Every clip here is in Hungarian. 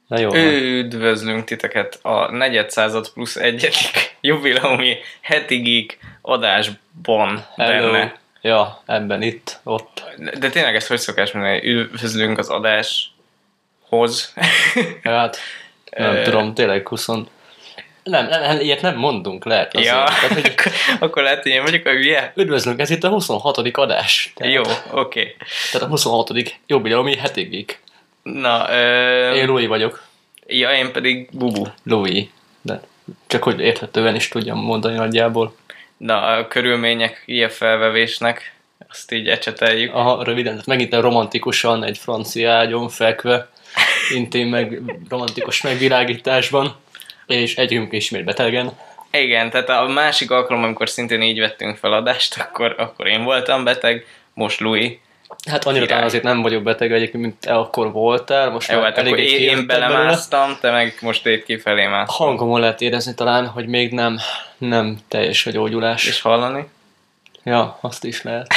Na jó, van. Üdvözlünk titeket a 400 plusz egyedik jubileumi heti geek adásban Hello. benne. Ja, ebben itt, ott. De tényleg ezt hogy szokás mondani? Üdvözlünk az adáshoz. Hát, nem tudom, tényleg 20... Nem, ilyet nem mondunk, lehet azért. Ja, Tehát, hogy akkor lehet, hogy én vagyok a hülye? üdvözlünk, ez itt a 26. adás. Tehát, Jó, oké. Tehát a 26. jubileumi hetigig. Na, Én Louis vagyok. ja, én pedig Bubu. Louis. De csak hogy érthetően is tudjam mondani nagyjából. Na, a körülmények ilyen felvevésnek, azt így ecseteljük. Aha, röviden, tehát megint romantikusan egy francia ágyon fekve, intén meg romantikus megvilágításban, és együnk ismét betegen. Igen, tehát a másik alkalom, amikor szintén így vettünk fel adást, akkor én voltam beteg, most Louis. Hát annyira talán azért nem vagyok beteg egyébként, mint te akkor voltál. Most Jó, hát akkor én belemásztam, te meg most épp kifelé másztam. Hangomon lehet érezni talán, hogy még nem teljes a gyógyulás. És hallani? Ja, azt is lehet.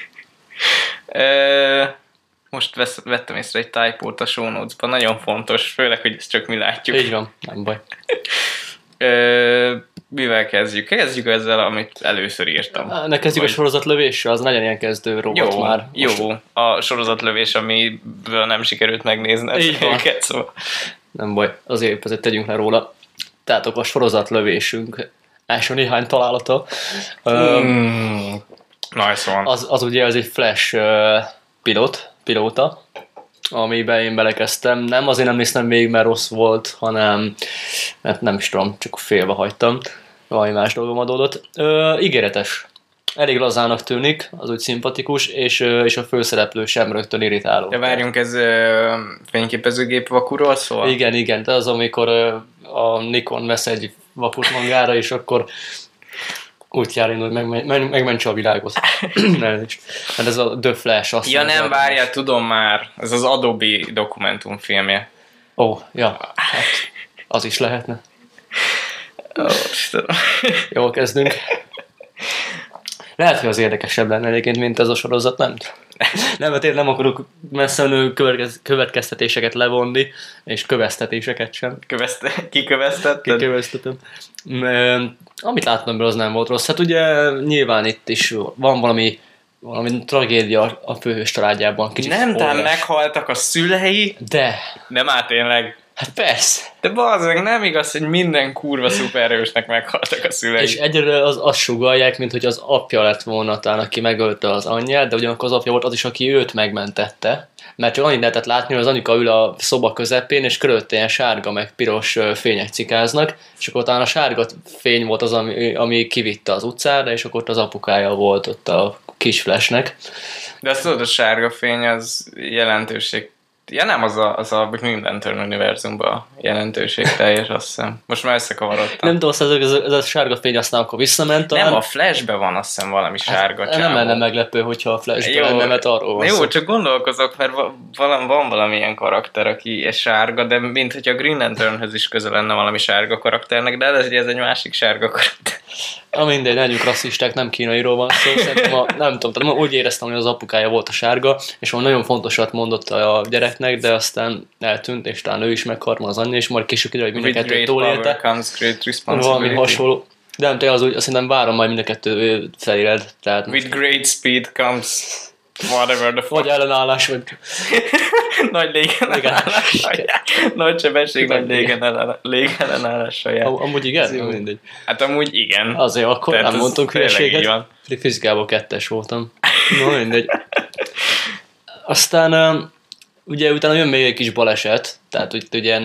Most vettem észre egy typót a show notes-ban, nagyon fontos, főleg, hogy ezt csak mi látjuk. Így van, nem baj. Mivel kezdjük? Kezdjük ezzel, amit először írtam. Ne kezdjük a sorozatlövéssel, az nagyon ilyen kezdő robot Jó, már. jó. A sorozatlövés, amiből nem sikerült megnézni Így van. őket, szóval. Nem baj, azért tegyünk le róla. Tehát a sorozatlövésünk első néhány találata. Nice one. Az ugye az egy Flash pilóta, amiben én belekezdtem. Nem azért nem néztem végig, mert rossz volt, hanem mert nem is tudom, csak félbe hagytam. Valami más dolgom adódott. Ígéretes. Elég lazának tűnik, az úgy szimpatikus, és a főszereplő sem rögtön irritáló. De várjunk, ez fényképezőgép vakuról szól? Igen, de az, amikor a Nikon vesz egy vakut magára, és akkor útjára indul, megmentse a világot. Hát ez a The Flash. Azt Ja nem, várjál, tudom már. Ez az Adobe dokumentumfilmje. Ó, ja, hát az is lehetne. Jól kezdünk. Lehet, hogy az érdekesebb lenne egyébként, mint ez a sorozat, nem? Nem, mert én nem akarok messzenő következtetéseket levonni, és köveztetéseket sem. Kiköveztetted? Kiköveztetem. Amit láttam belőle, az nem volt rossz. Hát ugye nyilván itt is van valami tragédia a főhős családjában. Kicsit Nem, de forrás. meghaltak a szülei? De, Nem, hát tényleg. hát persze. De bazdmeg, nem igaz, hogy minden kurva szuperhősnek meghaltak a szülei. És egyre azt sugallják, mint hogy az apja lett volna talán, aki megölte az anyját, de ugyanakkor az apja volt az is, aki őt megmentette. Mert csak annyit lehetett látni, hogy az anyuka ül a szoba közepén, és körülötte ilyen sárga meg piros fények cikáznak, és akkor talán a sárga fény volt az, ami kivitte az utcára, és akkor ott az apukája volt ott a kis Flashnek. De azt tudod, a sárga fény az jelentőség. Ja nem, az a minden Turn univerzumban jelentőség teljes, azt hiszem. Most már összekavarodtam. Nem tudom, ez a sárga fény aztán akkor visszament talán. Nem, a Flashben van azt hiszem valami sárga csávó. Nem lenne meglepő, hogyha a Flashben lenne, mert arról van jó, szó. csak gondolkozok, mert van valamilyen karakter, aki sárga, de mint hogy a Green Lanternhöz is közel lenne valami sárga karakternek, de ez egy másik sárga karakter. Mindegy, legyünk rasszisták, nem kínairól van szó. Szerintem nem tudom, tehát úgy éreztem, hogy az apukája volt a sárga, és valami nagyon fontosat mondott a gyereknek, de aztán eltűnt, és talán ő is meghalt, az anyja, és majd később kiderül, hogy mind a kettő túlélte. Valami hasonló. De nem, az úgy, azt hiszem várom majd mind a kettő feléled. Tehát with great speed comes whatever the fuck. Vagy ellenállás, vagy... Nagy légellenállás. Nagy sebesség, nagy légellenállás saját. Amúgy igen? Mindegy. Hát amúgy igen. Azért akkor tehát nem mondtunk hülyeséget. Így fizikában 2-es voltam. No, mindegy. Aztán ugye utána jön még egy kis baleset, tehát ugye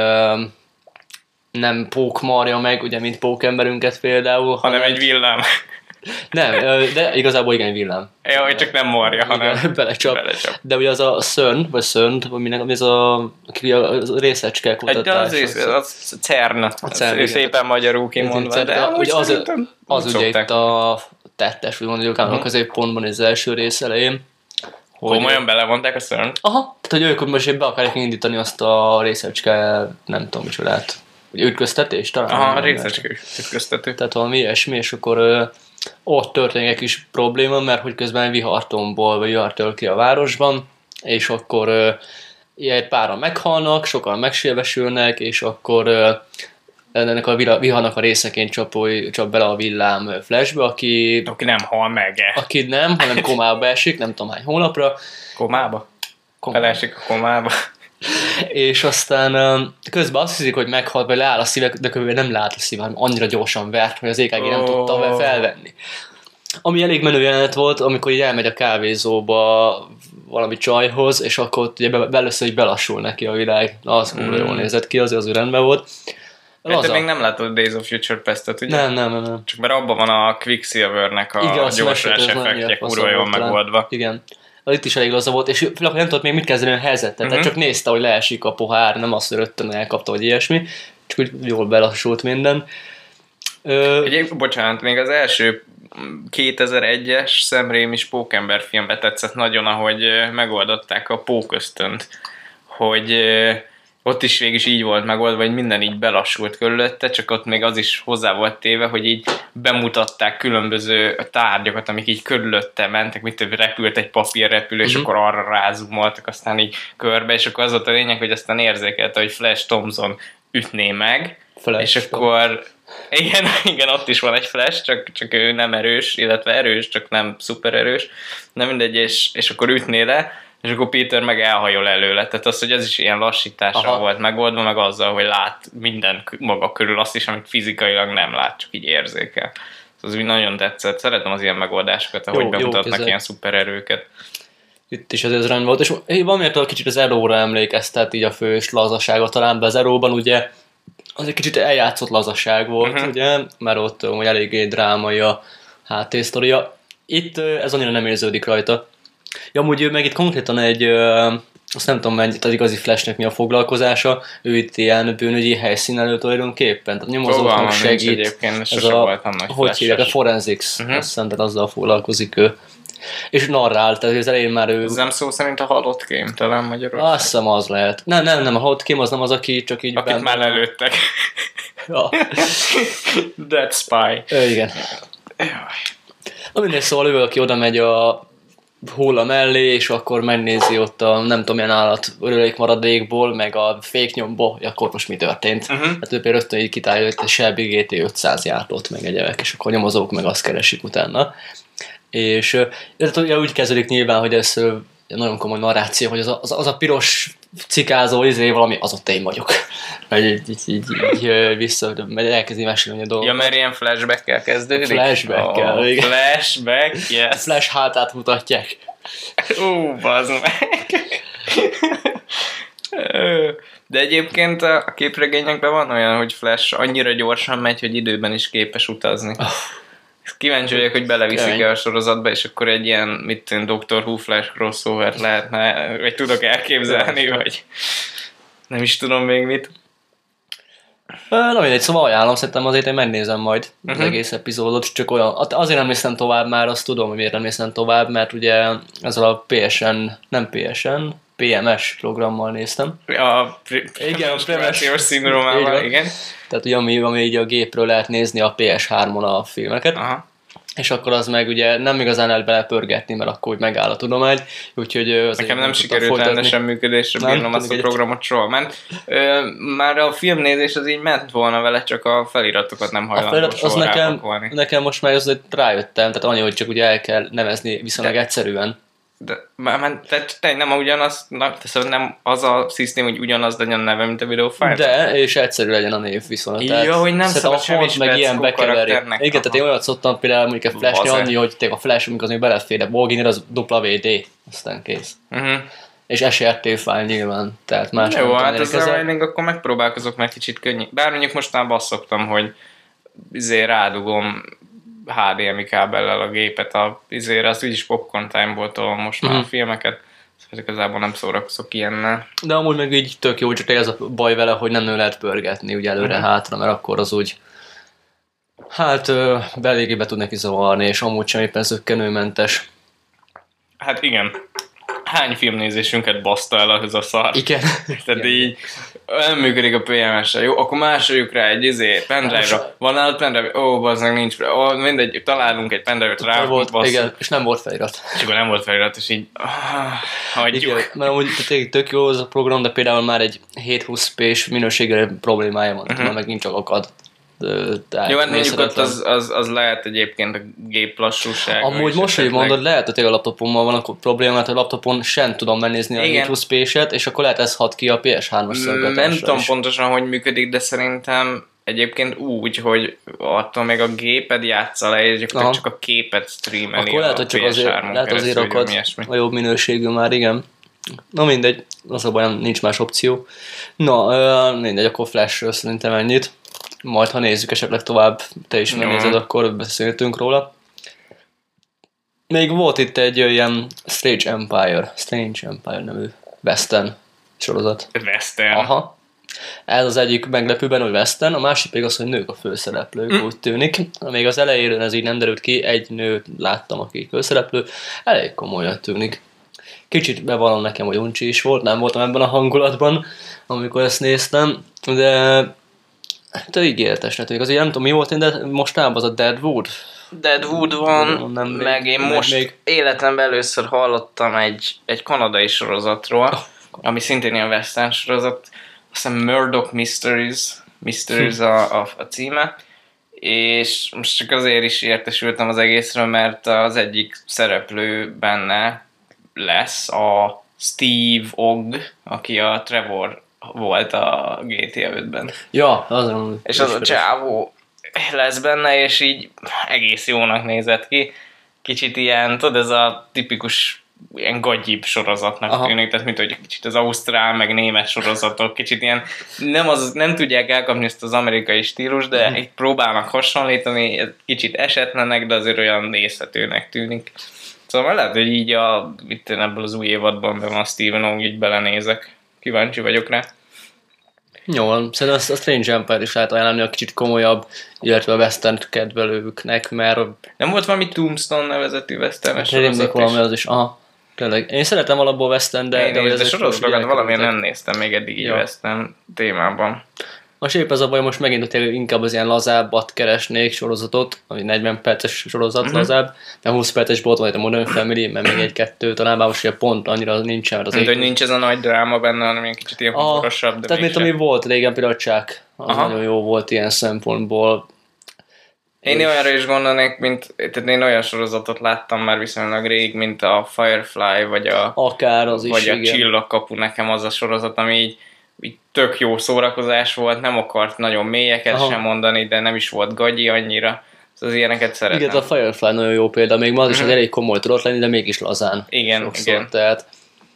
nem pókmarja meg, ugye, mint pókemberünket például. Hanem egy villám. Nem, de igazából igen, villám. Jó, csak nem marja, hanem belecsap. De ugye az a CERN, vagy CERN, vagy minden, ez a részecske kutatás. Az CERN. Szépen magyarul kimondva, de ugye az ugye itt a tettes, úgymond, hogy a középpontban az első rész elején. Komolyan belevonták a CERN? Aha, tehát hogy ők most be akarják indítani azt a részecske, nem tudom micsodát, hogy ütköztetés talán? Aha, részecske ütköztető. Tehát valami ilyesmi, és akkor ott történik egy kis probléma, mert hogy közben vihartombol, vagy vihar tör ki a városban, és akkor Ilyen páran meghalnak, sokan megsebesülnek, és akkor ennek a viharnak a részeként csap bele a villám Flashbe, aki nem hal meg. Aki nem, hanem komába esik, nem tudom hány hónapra. Komába? Felesik a komába. És aztán közben azt hiszik, hogy meghalt, vagy leáll a szíve, de közben nem leállt a szíve, hanem annyira gyorsan vert, hogy az EKG nem tudta felvenni. Ami elég menő jelenet volt, amikor így elmegy a kávézóba valami csajhoz, és akkor ugye először így belassul neki a világ. Na, az kurva jól nézett ki, azért rendben volt. Te még nem látod Days of Future Past-et, ugye? Nem. Csak mert abban van a Quicksilvernek a gyorsulás effektje kurva jól megoldva. Igen. Itt is elég laza volt, és nem tudott még mit kezdeni a helyzettel, tehát csak nézte, hogy leesik a pohár, nem azt, hogy rögtön elkapta, vagy ilyesmi, csak úgy jól belassult minden. Bocsánat, még az első 2001-es Sam Raimi Pókember filmbe tetszett nagyon, ahogy megoldották a pókösztönt, hogy ott is végig így volt megoldva, hogy minden így belassult körülötte, csak ott még az is hozzá volt téve, hogy így bemutatták különböző tárgyakat, amik így körülötte mentek, mint több repült egy papírrepülő, és akkor arra rázumoltak, aztán így körbe, és akkor az volt a lényeg, hogy aztán érzékelte, hogy Flash Thompson ütné meg, és akkor igen, ott is van egy Flash, csak ő nem erős, illetve erős, csak nem szuper erős, nem mindegy, és akkor ütné le, és akkor Peter meg elhajol előle. Tehát az, hogy ez is ilyen lassítással volt megoldva, meg azzal, hogy lát minden maga körül azt is, amit fizikailag nem lát, csak így érzékel. Az úgy nagyon tetszett. Szeretem az ilyen megoldásokat, ahogy bemutatnak ilyen szupererőket. Itt is ez rend volt, és valamiért kicsit az Arrow-ra emlékeztet így a fős lazasága talán, be az Arrow-ban ugye az egy kicsit eljátszott lazaság volt, ugye, mert ott eléggé drámai a háttérsztoria. Itt ez annyira nem érződik rajta. Ja, amúgy meg itt konkrétan azt nem tudom mennyit, az igazi Flashnek mi a foglalkozása, ő itt ilyen bűnügyi helyszínelő tulajdonképpen, tehát nyomozóknak segít, ez hogy hívják, a forensics, azt szerintem azzal foglalkozik ő. És narrál, tehát az elején már ő... Ez nem szó szerint a halott kém, talán Magyarországon? Azt hiszem az lehet. Nem, a halott kém az nem az, aki csak így... Akit már lelőttek. Ja. Dead Spy. Igen. Mindegy, szóval ő, aki oda megy a hulla mellé, és akkor megnézi ott a nem tudom milyen állat maradékból, meg a féknyomból, hogy akkor most mi történt. Hát ő például rögtön így kitálja, hogy a Shelby GT500 járt ott meg egyebek, és akkor nyomozók meg azt keresik utána. És úgy kezdődik nyilván, hogy ez nagyon komoly narráció, hogy az a piros cikázó valami, az ott én vagyok. Így vissza, megy elkezdi mesélni a dolgot. Ja, mert ilyen flashback-kel kezdődik? Flashback-kel, igen. Flashback, yes. Flash hátát mutatják. Bazd meg. De egyébként a képregényekben van olyan, hogy Flash annyira gyorsan megy, hogy időben is képes utazni. Kíváncsi vagyok, hogy beleviszik-e a sorozatba, és akkor egy ilyen, Doctor Who Flash crossover lehetne, vagy tudok elképzelni, vagy nem is tudom még mit. Na mindegy, szóval ajánlom, szerintem azért én megnézem majd az egész epizódot, csak olyan, azért nem nézem tovább már, azt tudom, hogy miért nem nézem tovább, mert ugye ezzel a PMS programmal néztem. Igen, a prementációs szindrómával, igen. Tehát ugye, ami így a gépről lehet nézni a PS3-on a filmeket. Aha. És akkor az meg ugye nem igazán lehet belepörgetni, mert akkor úgy megáll a tudomány, úgyhogy... Nekem nem sikerült rendesen működésre bírnom azt a programot soha ment. Már a filmnézés az így ment volna vele, csak a feliratokat nem hajlandó soha rápakolni. Nekem most már azért rájöttem, tehát annyi, hogy csak ugye el kell nevezni viszonylag egyszerűen. De nem ugyanaz, nem az a szisztém, hogy ugyanaz legyen a neve, mint a videófájl? De, és egyszerű legyen a név viszont. Ja, hogy nem szabad semmi speckó karakternek. Igen, tehát én olyat szoktam például mondjuk a Flashnél annyi, hogy a Flash, amikor az még belefér, de Bolginer az WD, aztán kész. És SRT fájl nyilván, tehát más jó, hát ezzel még akkor megpróbálkozok meg kicsit könnyű. Bár mondjuk mostanában azt szoktam, hogy rádugom HDMI kábellel a gépet azt úgyis Popcorn Time-ból tolom most már a filmeket, szóval igazából nem szórakozok ilyennel. De amúgy meg így tök jó, csak ez a baj vele, hogy nem lehet pörgetni ugye előre-hátra, mert akkor az úgy eléggé be tud neki zavarni, és amúgy sem éppen zökkenőmentes. Hát igen. hány filmnézésünket baszta el az a szar. Igen. Tehát így nem működik a PMS-sel. Jó, akkor másoljuk rá egy pendrive-ra. Van nálad pendrive? Ó, bazdmeg nincs. Mindegy, találunk egy pendrive-t rá. Igen, és nem volt felirat. És akkor nem volt felirat, és így hagyjuk. Igen, mert amúgy tök jó az a program, de például már egy 720p-s minőségre problémája van, mert megint csak akad. Jó, hát mondjuk ott az lehet egyébként a gép lassúság. Amúgy most, hogy mondod, lehet, hogy a laptopommal van a probléma, mert a laptopon sem tudom megnézni a 720p-set, és akkor lehet ez hat ki a PS3-as szolgáltatásra. Nem tudom pontosan, hogy működik, de szerintem egyébként úgy, hogy attól még a géped játsza le, és csak a képet streameli. Akkor lehet, hogy csak azért akad a jobb minőségű már, igen. Na mindegy, az a baj, nincs más opció. Na, mindegy, akkor Flashről szerintem ennyit. Majd, ha nézzük esetleg tovább, te is megnézed, akkor beszéltünk róla. Még volt itt egy ilyen Strange Empire nevű western sorozat. Western? Aha. Ez az egyik meglepőben, hogy western, a másik pedig az, hogy nők a főszereplők, úgy tűnik. Még az elején ez így nem derült ki, egy nőt láttam, aki főszereplő, elég komolyan tűnik. Kicsit bevallom nekem, hogy uncsi is volt, nem voltam ebben a hangulatban, amikor ezt néztem, de ígéretesnek tűnik. Azért nem tudom, mi volt, de mostában az a Deadwood van, meg én most még életemben először hallottam egy kanadai sorozatról, ami szintén ilyen western sorozat, azt hiszem Murdoch Mysteries a címe, és most csak azért is értesültem az egészről, mert az egyik szereplő benne lesz a Steve Ogg, aki a Trevor volt a GTA 5-ben. Ja, azon. És az a csávó lesz benne, és így egész jónak nézett ki. Kicsit ilyen, tudod, ez a tipikus ilyen gagyibb sorozatnak tűnik, tehát mint hogy kicsit az ausztrál, meg német sorozatok, kicsit ilyen, nem tudják elkapni ezt az amerikai stílus, de itt próbálnak hasonlítani, kicsit esetlenek, de azért olyan nézhetőnek tűnik. Szóval lehet, hogy így ebből az új évadban a Steven Ogg így belenézek. Kíváncsi vagyok rá. Jó, szerintem a Strange Empire is lehet ajánlani a kicsit komolyabb, illetve a western kedvelőknek, mert... Nem volt valami Tombstone nevezetű western-es sorozat valami az is, aha. Tényleg. Én szeretem alapból western, de sorozatokat valamilyen nem néztem még eddig így western témában. Most épp ez a baj, most megint hogy inkább az ilyen lazábbat keresnék sorozatot, ami 40 perces sorozat lazább, de 20 perces volt van itt a Modern Family, mert még egy-kettő, talán bár most ugye pont annyira nincsen, mert az hogy nincs ez a nagy dráma benne, hanem egy kicsit ilyen humorosabb, de tehát mint ami volt régen, például Chuck, az nagyon jó volt ilyen szempontból. Én olyanra is gondolnék, tehát én olyan sorozatot láttam már viszonylag rég, mint a Firefly, vagy akár az is, vagy a Csillagkapu, nekem az a sorozat, ami így tök jó szórakozás volt, nem akart nagyon mélyeket sem mondani, de nem is volt gagyi annyira. Az ilyeneket szeretem. Igen, a Firefly nagyon jó példa, még ma az is elég komoly tudott lenni, de mégis lazán. Igen. Tehát,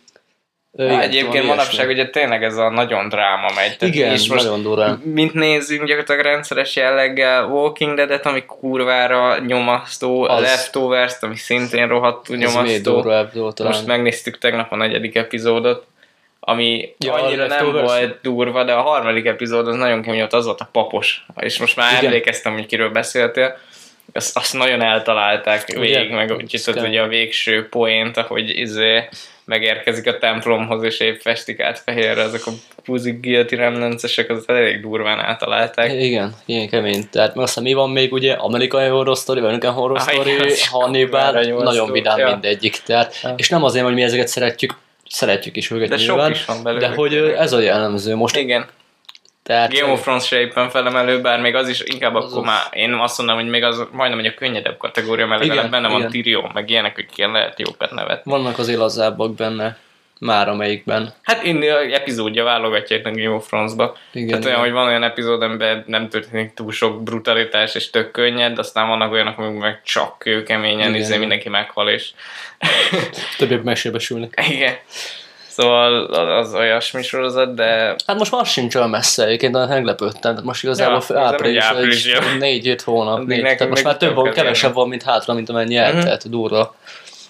egyébként manapság ugye tényleg ez a nagyon dráma megy. Igen, és nagyon durván. Mint nézzünk gyakorlatilag rendszeres jelleggel Walking Dead-et, ami kurvára nyomasztó, a Leftovers-t, ami szintén rohadtul nyomasztó. Most megnéztük tegnap a 4. epizódot, ami annyira nem volt durva, de a 3. epizód az nagyon kemény volt, az volt a papos. És most már emlékeztem, hogy kiről beszéltél. Azt nagyon eltalálták végig, meg úgyhogy ugye a végső poént, ahogy megérkezik a templomhoz, és épp festik át fehérre ezek a Puzik Guilty Remnants-esek, az elég durván eltalálták. Igen, ilyen kemény. Tehát aztán mi van még ugye? Amerikai Horror Story, American Horror Story, Hannibal, nagyon vidám mindegyik. Tehát, és nem azért, hogy mi ezeket szeretjük is őket nyilván, is van belőle. De hogy ez a jellemző most. Igen. Tehát Game of Thrones se éppen felemelő, bár még az is inkább akkor már, én azt mondom, hogy még az majdnem egy a könnyedebb kategória, mert legalább benne van Tyrion, meg ilyenek, akik lehet jókat nevetni. Vannak azért lazábbak benne, már amelyikben. Hát én epizódja válogatják a Game of Thrones-ba. Tehát olyan, hogy van olyan epizód, amiben nem történik túl sok brutalitás és tök könnyed, aztán vannak olyanok, amik meg csak kőkeményen, mindenki meghal és... Többek megsebesülnek. Igen. Szóval az olyasmi sorozat, de... Hát most már sincs olyan messze, egyébként nagyon meglepődtem. Tehát most igazából április 4-5 hónap. Tehát most már kevesebb van, mint hátra, mint amennyi eltelt, durva.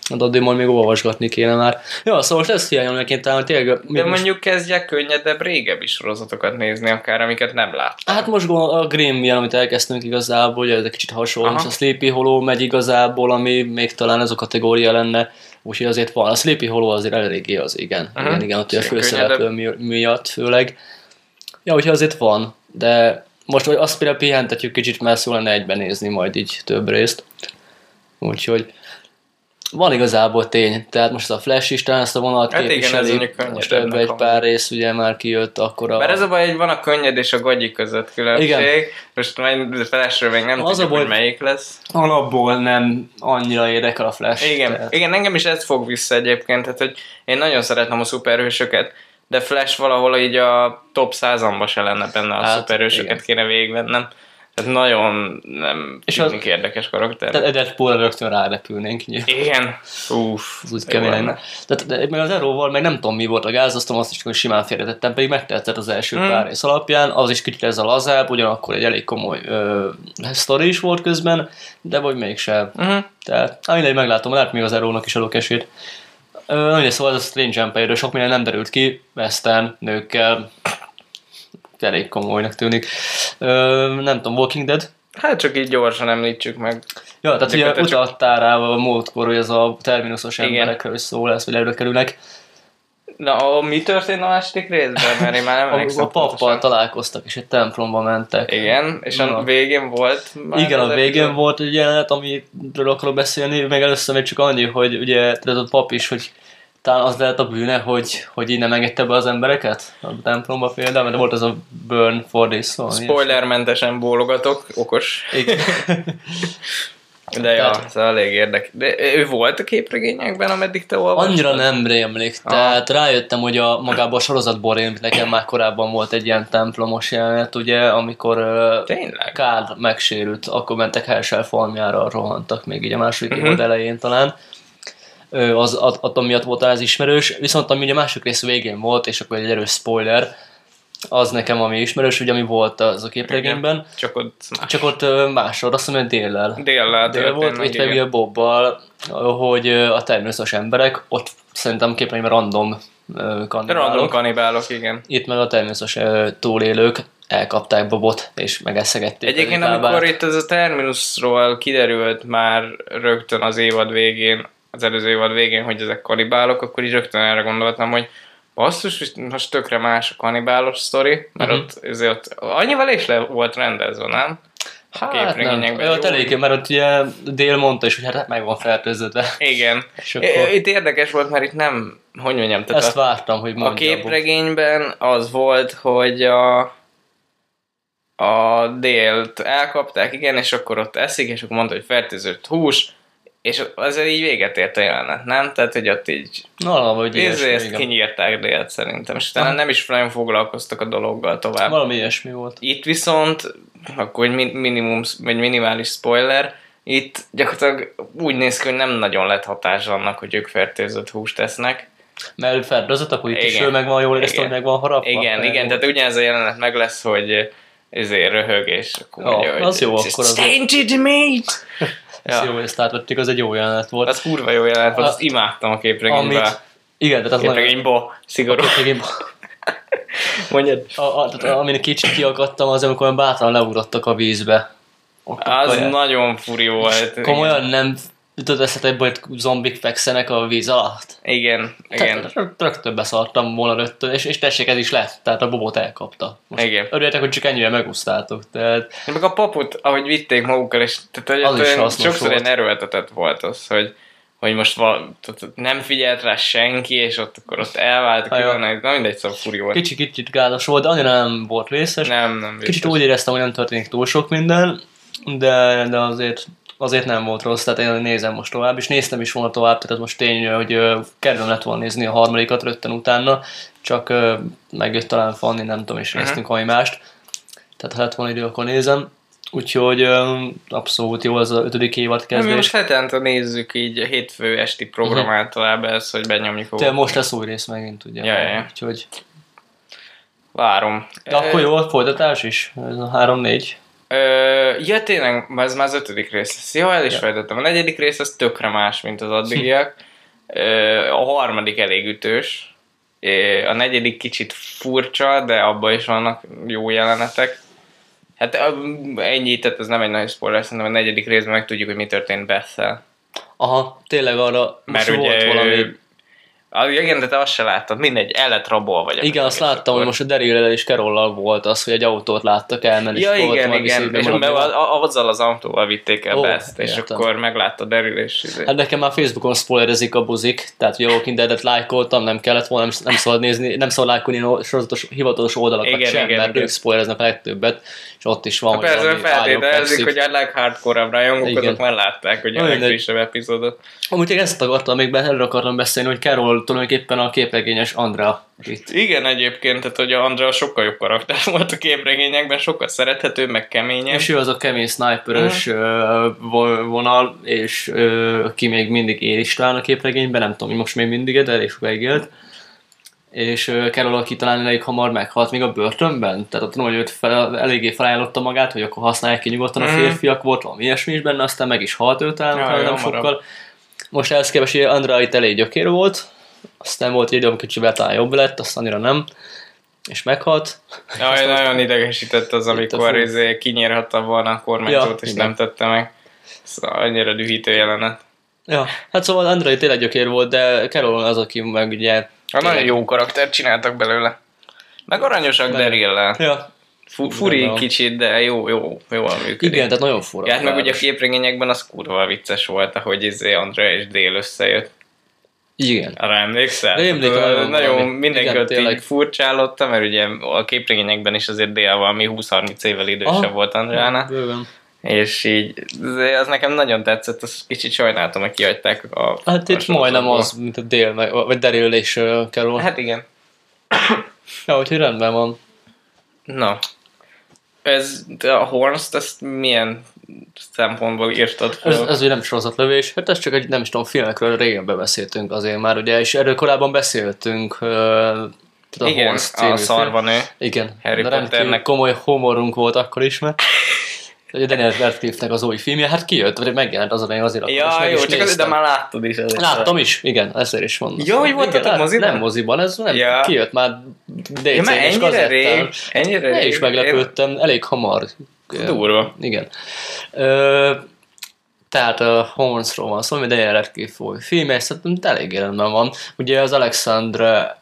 De addig majd még olvasgatni kéne már. Jó, szóval most ezt hiányolom nekem, talán tényleg... De mondjuk kezdjek könnyedebb, régebbi sorozatokat nézni akár, amiket nem láttam. Hát most a Grimm ilyen, amit elkezdtünk igazából, ugye ez egy kicsit hasonló, a Sleepy Hollow megy igazából, ami még talán ez a kategória lenne, úgyhogy azért van. A Sleepy Hollow azért eléggé az, igen. Igen, ott a főszereplő miatt főleg. Ja, úgyhogy azért van, de most azt például pihentetjük kicsit, mert szó lenne egyben nézni majd így több részt. Úgyhogy van igazából tény, tehát most a Flash is talán ezt a vonalat hát képviseli, igen, most ebben egy pár rész ugye már kijött, akkor Bár ez a baj, hogy van a könnyed és a gagyi között különbség, igen. Most majd Flashről még nem tudjuk, hogy melyik lesz. Alapból nem annyira érdekel a Flash. Igen, tehát... igen, engem is ez fog vissza egyébként, tehát hogy én nagyon szeretem a szuperhősöket, de Flash valahol így a top 100-amba se lenne benne, a szuperhősöket kéne végigvennem. Tehát nagyon nem tűnik érdekes karakter. Tehát Deadpoolra rögtön rárepülnénk. Igen. Uff. Az úgy kemény. Tehát meg az Arrowval meg nem tudom mi volt a gáz, azt is, hogy simán félretettem, pedig megtetszett az első pár rész alapján. Az is kicsit ez a lazább, ugyanakkor egy elég komoly sztori is volt közben, de vagy mégsem. Tehát mindegy, meglátom, lehet még az Arrownak is adok esélyt. Szóval ez a Strange Empire-ről sok minden nem derült ki, western, nőkkel, elég komolynak tűnik. Nem tudom, Walking Dead? Hát csak így gyorsan említsük meg. Ja, tehát ugye utattál rá a múltkor, hogy ez a terminusos emberekről is szó lesz, vagy előkerülnek. Na, mi történt a második részben? Mert én már nem emlékszem. A pappal találkoztak, és egy templomba mentek. Igen, és a végén volt már igen, a végén volt egy jelenet, amiről akarok beszélni, meg először még csak annyi, hogy ugye a pap is, hogy talán az lehet a bűne, hogy így nem engedte be az embereket a templomba például, de volt az a burn for this. Szóval spoilermentesen bólogatok, okos. Igen. De ja, ez elég érdekes. De ő volt a képregényekben, ameddig te olvastad? Annyira nem rémlik. Tehát rájöttem, hogy magában a sorozatból rémlik, nekem már korábban volt egy ilyen templomos jelenet, ugye, amikor Kál megsérült, akkor mentek Herschel farmjára, rohantak még így a második évad elején talán. Az attól miatt volt ez ismerős, viszont ami ugye a második rész végén volt, és akkor egy erős spoiler, az nekem ami ismerős, ugye ami volt az a képregényben. Csak ott másod, azt mondom, hogy dél volt, itt pedig a Bobbal, hogy a természetes emberek, ott szerintem képregényben random kanibálok, igen. Itt meg a természetes túlélők elkapták Bobot, és megeszegették. Egyébként amikor itt ez a terminusról kiderült már rögtön az évad végén, az előző évad végén, hogy ezek kanibálok, akkor így rögtön erre gondoltam, hogy basszus, most tökre más a kanibálos sztori, mert ott annyival is le volt rendezve, nem? Hát nem, ott eléggé, mert ott ugye Dél mondta is, hogy hát meg van fertőződve. Igen. Itt érdekes volt, mert itt nem, hogy mondjam, tehát ezt vártam, hogy mondja. A képregényben az volt, hogy a Délt elkapták, igen, és akkor ott eszik, és akkor mondta, hogy fertőzött hús, és azért így véget ért a jelenet, nem? Tehát, hogy ott így ezt kinyírták Délt szerintem, és utána nem is nagyon foglalkoztak a dologgal tovább. Valami ilyesmi volt. Itt viszont, akkor egy minimális spoiler, itt gyakorlatilag úgy néz ki, hogy nem nagyon lett hatás annak, hogy ők fertőzött húst tesznek. Mert fertőzött, akkor itt is ő meg van, jól érezte, hogy meg van harapva. Igen, tehát ugyanez a jelenet meg lesz, hogy ezért röhög, és akkor mondja, hogy az jó, akkor az tainted meat! Ez jó, hogy ezt átvettük, az egy jó jelenet volt. Az kurva jó jelenet volt, azt imádtam a képregényben. Igen, tehát az képregényba, szigorú. Mondjad. Amin kicsit kiakadtam, az amikor bátran leugrottak a vízbe. Az nagyon furi volt. Komolyan nem jutott eszedbe, hogy zombik fekszenek a víz alatt? Igen. Rögtön beszartam volna rögtön, és tessék, ez is lett, tehát a Bobot elkapta. Örüljetek, hogy csak ennyire megúsztátok. Tehát... Meg a papot, ahogy vitték magukkal, és tehát, sokszor ilyen erőltetett volt az, hogy most nem figyelt rá senki, és akkor elvált külön, na mindegy, szóval furi volt. Kicsit gálos volt, de annyira nem volt vészes. Nem kicsit úgy éreztem, hogy nem történik túl sok minden, de azért nem volt rossz, tehát én nézem most tovább, és néztem is volna tovább, tehát ez most tény, hogy kedvem lett volna nézni a harmadikat rögtön utána, csak megjött talán Fanni, nem tudom, és néztünk valami mást, tehát ha lett volna idő, akkor nézem. Úgyhogy abszolút jó az a 5. évad kezdés. Mi most hetente nézzük így a hétfő esti program általában ez, hogy benyomjuk. Tehát most lesz új rész megint, ugye. Ja. Úgyhogy... Várom. De akkor jó, folytatás is? Ez a 3-4. Ja, tényleg, ez már az 5. rész lesz. Ja, el is fejtettem. A 4. rész az tökre más, mint az addigiak. A 3. elég ütős. A 4. kicsit furcsa, de abban is vannak jó jelenetek. Hát ennyi, tehát ez nem egy nagy spoiler, szerintem a 4. részben megtudjuk, hogy mi történt Beth-szel. Aha, tényleg arra mert most ugye volt valami... Igen, de te azt se láttad, mindegy, el lett rabolva. Igen, azt láttam, hogy most a Daryl-el és Carol-lal volt az, hogy egy autót láttak elmenni. Ja, igen, és azzal az autóval vitték el Beth-t, és akkor meglátta Daryl és... Hát nekem már Facebookon spoilerezik a buzik, tehát hogy Walking Dead-et lájkoltam, nem kellett volna, nem szabad nézni, nem szabad lájkolni sorozatos, hivatalos oldalakat igen, sem, mert ők spoilereznek a legtöbbet, és ott is van, hogy persze feltételezik, hogy a leghardcore-abb rajongók, azok már látták, hogy a legfrissebb epizódot. Amúgy ezt akartam még erről akartam beszélni, hogy Carol tulajdonképpen a képregényes Andrea itt. Igen, egyébként, tehát hogy Andrea sokkal jobb karakter volt a képregényekben, sokkal szerethető, meg keményebb. És ő az a kemény sniperös vonal, és ki még mindig él is talán a képregényben, nem tudom, hogy most még mindig, de elég sokáig élt. És Carol, aki talán elég hamar meghalt még a börtönben, tehát ott tudom, hogy őt eléggé felajánlotta magát, hogy akkor használják ki nyugodtan a férfiak, volt valami ilyesmi is benne, aztán meg is halt őt nem sokkal. Most ehhez képest, hogy Andrea itt elég gyökér volt, aztán volt egy idő, kicsivel talán jobb lett, aztán annyira nem, és meghalt. Jaj, nagyon idegesített az, amikor kinyírhatta volna a kormányzót, és nem tette meg. Szóval annyira dühítő jelenet. Ja, hát szóval Andrea tényleg gyökér volt, de Carol az, aki meg ugye... Nagyon jó karaktert csináltak belőle. Meg aranyosak Daryl-lel. Ja. Furi kicsit, de jól működik. Igen, tehát nagyon fura. Ja, hát meg ugye a képregényekben az kurva vicces volt, ahogy Andrea és Dale összejött. Igen. Arra emlékszel? Nagyon mindenkit így furcsálotta, mert ugye a képregényekben is azért Dale valami 20-30 évvel idősebb volt Andreánál. És így, az nekem nagyon tetszett, azt kicsit sajnáltam, hogy kihagyták a... Hát itt majdnem az, mint a Dale, vagy Daryl és Carol. Hát igen. Ja, úgyhogy rendben van. Na. A Horns-t, ezt milyen szempontból írtad fel? Ez ugye nem sorozatlövés, hát ez csak egy, nem is tudom, filmekről régen beszéltünk azért már, ugye, és erről korábban beszéltünk. Igen, a Szarvanő. Igen, Harry Potternek. Komoly humorunk volt akkor is, mert ugye Daniel Radcliffe-nek az új filmje, hát kijött, vagy megjelent az azért akkor ja, jó, csak azért, de már láttad is. Láttam is, igen, ezért is mondom. Jó, hogy voltatok moziban? Nem moziban, ez nem, kijött már DC-s kazettán. Ennyire is meglepődtem, elég hamar. Durva. Igen. Tehát a Hornsról van szó, ami Daniel Radcliffe új filmje, és szerintem elég rendben van. Ugye az Alexandre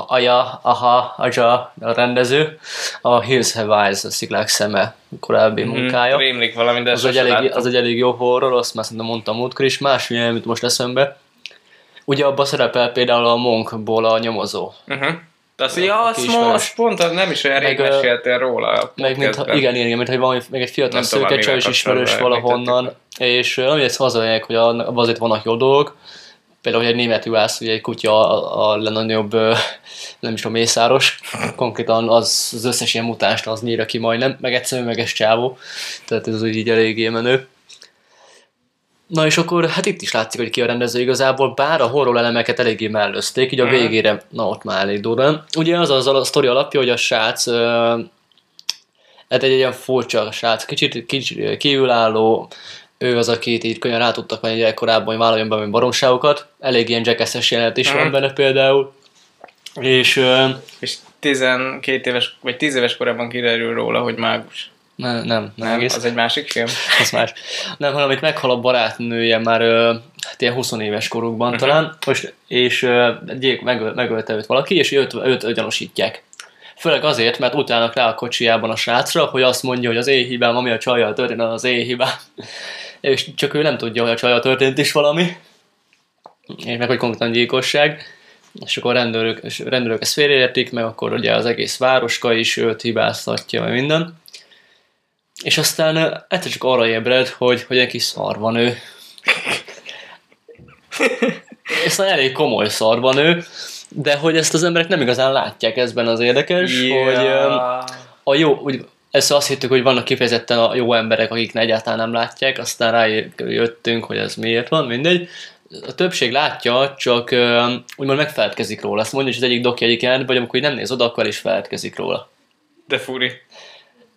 Aja, a rendező, a Hills Have Eyes, a Sziklák szeme korábbi munkája. Rémlik valami, de az egy elég jó horror, azt már szerintem mondtam múltkor is, más film, amit most eszembe. Ugye abban szerepel például a Monkból a nyomozó. Azt pont nem is olyan rég meséltél róla. Igen, mint hogy valami, még egy fiatal szőkecsaj is ismerős valahonnan, és amit hazajönnek, hogy abban azért vannak jó dolgok. Például, hogy egy német juhász, ugye egy kutya a legnagyobb, nem is a mészáros, konkrétan az összes ilyen mutást az nyírja ki majdnem, meg egy szemüveges csávó, tehát ez úgy így eléggé menő. Na és akkor hát itt is látszik, hogy ki a rendező igazából, bár a horror elemeket eléggé mellőzték, így a végére, na ott már elég durván. Ugye az a sztori alapja, hogy a srác, hát egy ilyen furcsa srác, kicsit kívülálló, ő az, akit így könnyen rá tudtak menni gyerekkorában, hogy vállaljon be baromságokat. Elég ilyen jackass jelenet is van benne például. És 12 éves, vagy 10 éves korában kiderül róla, hogy mágus. Nem, egész. Az egy másik film? Az más. Nem, hanem itt meghal a barátnője már hát ilyen 20 éves korukban talán, és megölte őt valaki, és őt gyanúsítják. Főleg azért, mert utálnak rá a kocsijában a srácra, hogy azt mondja, hogy az én hibám, ami a csajjal történt, az én hibám. És csak ő nem tudja, hogy a csajjal történt is valami. És meg, hogy konkrétan gyilkosság. És akkor a rendőrök ezt félreértik, meg akkor ugye az egész városka is őt hibáztatja, meg minden. És aztán egyszer csak arra ébred, hogy egy kis szarvanő. És szóval elég komoly szarvanő, de hogy ezt az emberek nem igazán látják, ezben az érdekes, hogy ezt azt hittük, hogy vannak kifejezetten a jó emberek, akik egyáltalán nem látják, aztán rájöttünk, hogy ez miért van, mindegy. A többség látja, csak úgymond megfeledkezik róla. Azt mondja, hogy az egyik doki egyik jelent, vagy amikor nem néz oda, akkor is feledkezik róla. De furi.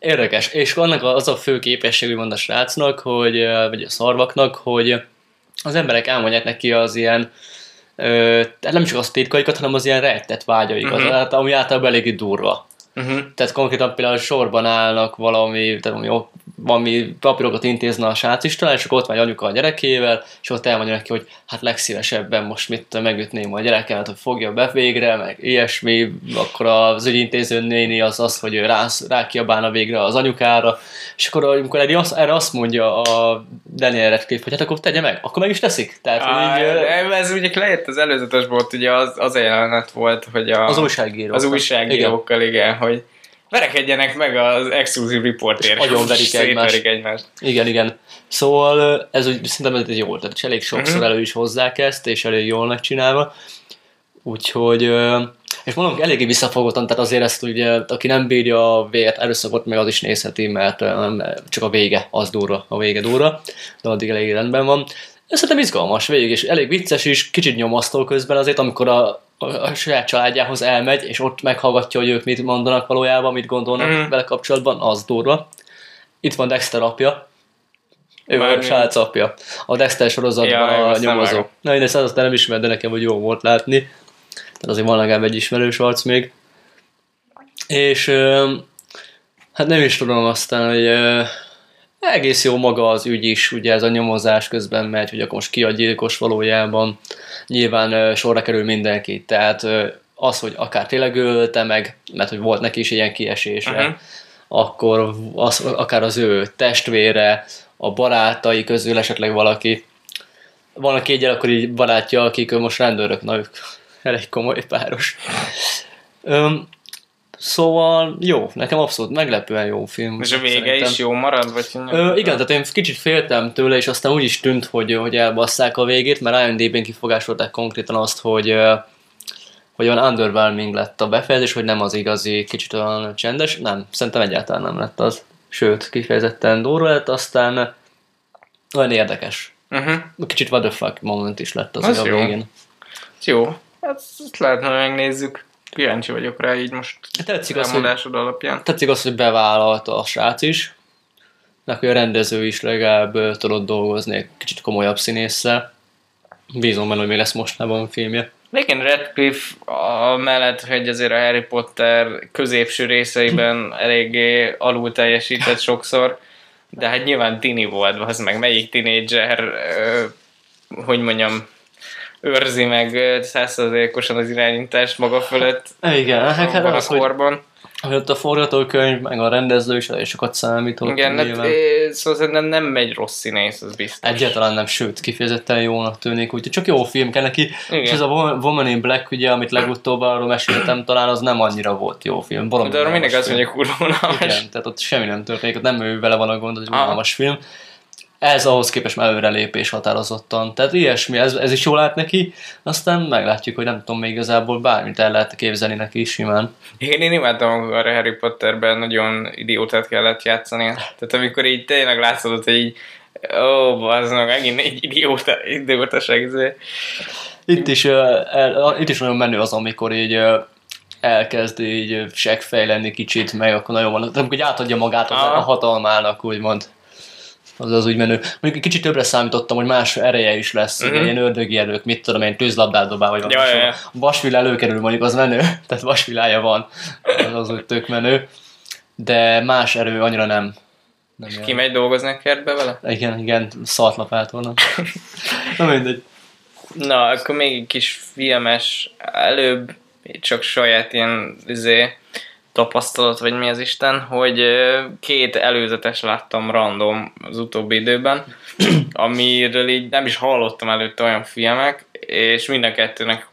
Érdekes. És annak az a fő képesség, úgymond a srácnak, hogy, vagy a szarvaknak, hogy az emberek elmondják neki az ilyen, tehát nem csak az titkaikat, hanem az ilyen rejtett vágyaikat, tehát ami általában eléggé durva. Tehát konkrétan például sorban állnak valami papírokat intézne a srác is talán, és akkor ott van egy anyuka a gyerekével, és ott elmondja neki, hogy hát legszívesebben most megütném a gyerekemet, hogy fogja be végre, meg ilyesmi, akkor az ügyintéző néni az, hogy rákiabálna végre az anyukára, és akkor amikor erre azt mondja a Daniel Radcliffe, hogy hát akkor tegye meg, akkor meg is teszik. Tehát, ez ugye lejött az előzetesből, ugye az a jelenet volt, hogy az újságírókkal. Az újságírókkal, igen, hogy verekedjenek meg az exkluzív reportért, és nagyon verik egymást. Igen. Szóval ez úgy szerintem ez jó, tehát elég sokszor elő is hozzák ezt, és elég jól megcsinálva. Úgyhogy, és mondom, eléggé visszafogottan, tehát azért ezt ugye, aki nem bírja a véget, erőszakot meg az is nézheti, mert csak a vége az durva, de addig elég rendben van. Ez szerintem izgalmas végig, és elég vicces is, kicsit nyomasztó közben azért, amikor a saját családjához elmegy, és ott meghallgatja, hogy ők mit mondanak valójában, mit gondolnak vele kapcsolatban, az durva. Itt van Dexter apja, ő a srác apja. A Dexter sorozatban a nyomozó. Na, én ezt aztán nem ismer, de nekem hogy jó volt látni. Tehát azért van legalább egy ismerős arc még. És hát nem is tudom aztán, hogy egész jó maga az ügy is, ugye ez a nyomozás közben megy, hogy akkor most ki a gyilkos valójában. Nyilván sorra kerül mindenki, tehát az, hogy akár tényleg ölte meg, mert hogy volt neki is ilyen kiesése, akkor akár az ő testvére, a barátai közül esetleg valaki. Van a két gyerekkori barátja, akik most rendőrök, na ők elég komoly páros. Szóval jó, nekem abszolút meglepően jó film. És a vége szerintem is jó marad? Vagy igen, tehát én kicsit féltem tőle, és aztán úgy is tűnt, hogy elbasszák a végét, mert IMDb-n kifogásolták konkrétan azt, hogy olyan underwhelming lett a befejezés, hogy nem az igazi, kicsit olyan csendes. Nem, szerintem egyáltalán nem lett az. Sőt, kifejezetten durva lett, aztán olyan érdekes. Kicsit what the fuck moment is lett az a végén. Jó, ezt lehetne megnézzük. Kíváncsi vagyok rá így most elmondásod alapján. Tetszik az, hogy bevállalta a srác is, neki a rendező is legalább tudott dolgozni egy kicsit komolyabb színésszel. Bízom benne, hogy még lesz mostanában filmje. Igen, Radcliffe mellett, hogy azért a Harry Potter középső részeiben eléggé alul teljesített sokszor, de hát nyilván tini volt, az meg melyik tinédzser, hogy mondjam, őrzi meg 100%-osan az irányítást maga fölött. Igen, hát az, a korban. Hogy ott a forgatókönyv, meg a rendező is elég sokat számított. Igen, szóval szerintem nem megy rossz színész, az biztos. Egyáltalán nem, sőt, kifejezetten jónak tűnik, úgyhogy csak jó film kell neki. Igen. És ez a Woman in Black, ugye, amit legutóbb arról meséltem, talán az nem annyira volt jó film. De arra mindig azt mondja, kurva unalmas. Igen, tehát ott semmi nem történik, ott nem ő vele van a gond, az egy unalmas film. Ez ahhoz képest már előrelépés határozottan. Tehát ilyesmi, ez is jól lát neki, aztán meglátjuk, hogy nem tudom, még igazából bármit el lehet képzelni neki is simán. Én imádtam, amikor a Harry Potterben nagyon idiótát kellett játszani. Tehát amikor így tényleg látszott, hogy így bazdmeg, megint egy idiótaság. Itt is nagyon menő az, amikor így elkezd így seggfej lenni kicsit, meg akkor nagyon van, amikor így átadja magát a hatalmának, úgymond. Az úgy menő. Mondjuk egy kicsit többre számítottam, hogy más ereje is lesz, ilyen ördögi erők, mit tudom én, tűzlabdát dobál, vagy valami. A vasvill előkerül, mondjuk az menő, tehát vasvillája van, az úgy tök menő, de más erő annyira nem. És kimegy dolgozni a kertbe vele? Igen, szaltlapától. Na mindegy. Na, akkor még egy kis filmes, előbb csak saját ilyen tapasztalat, vagy mi az Isten, hogy 2 előzetes láttam random az utóbbi időben, amiről így nem is hallottam előtte olyan filmek, és mind a kettőnek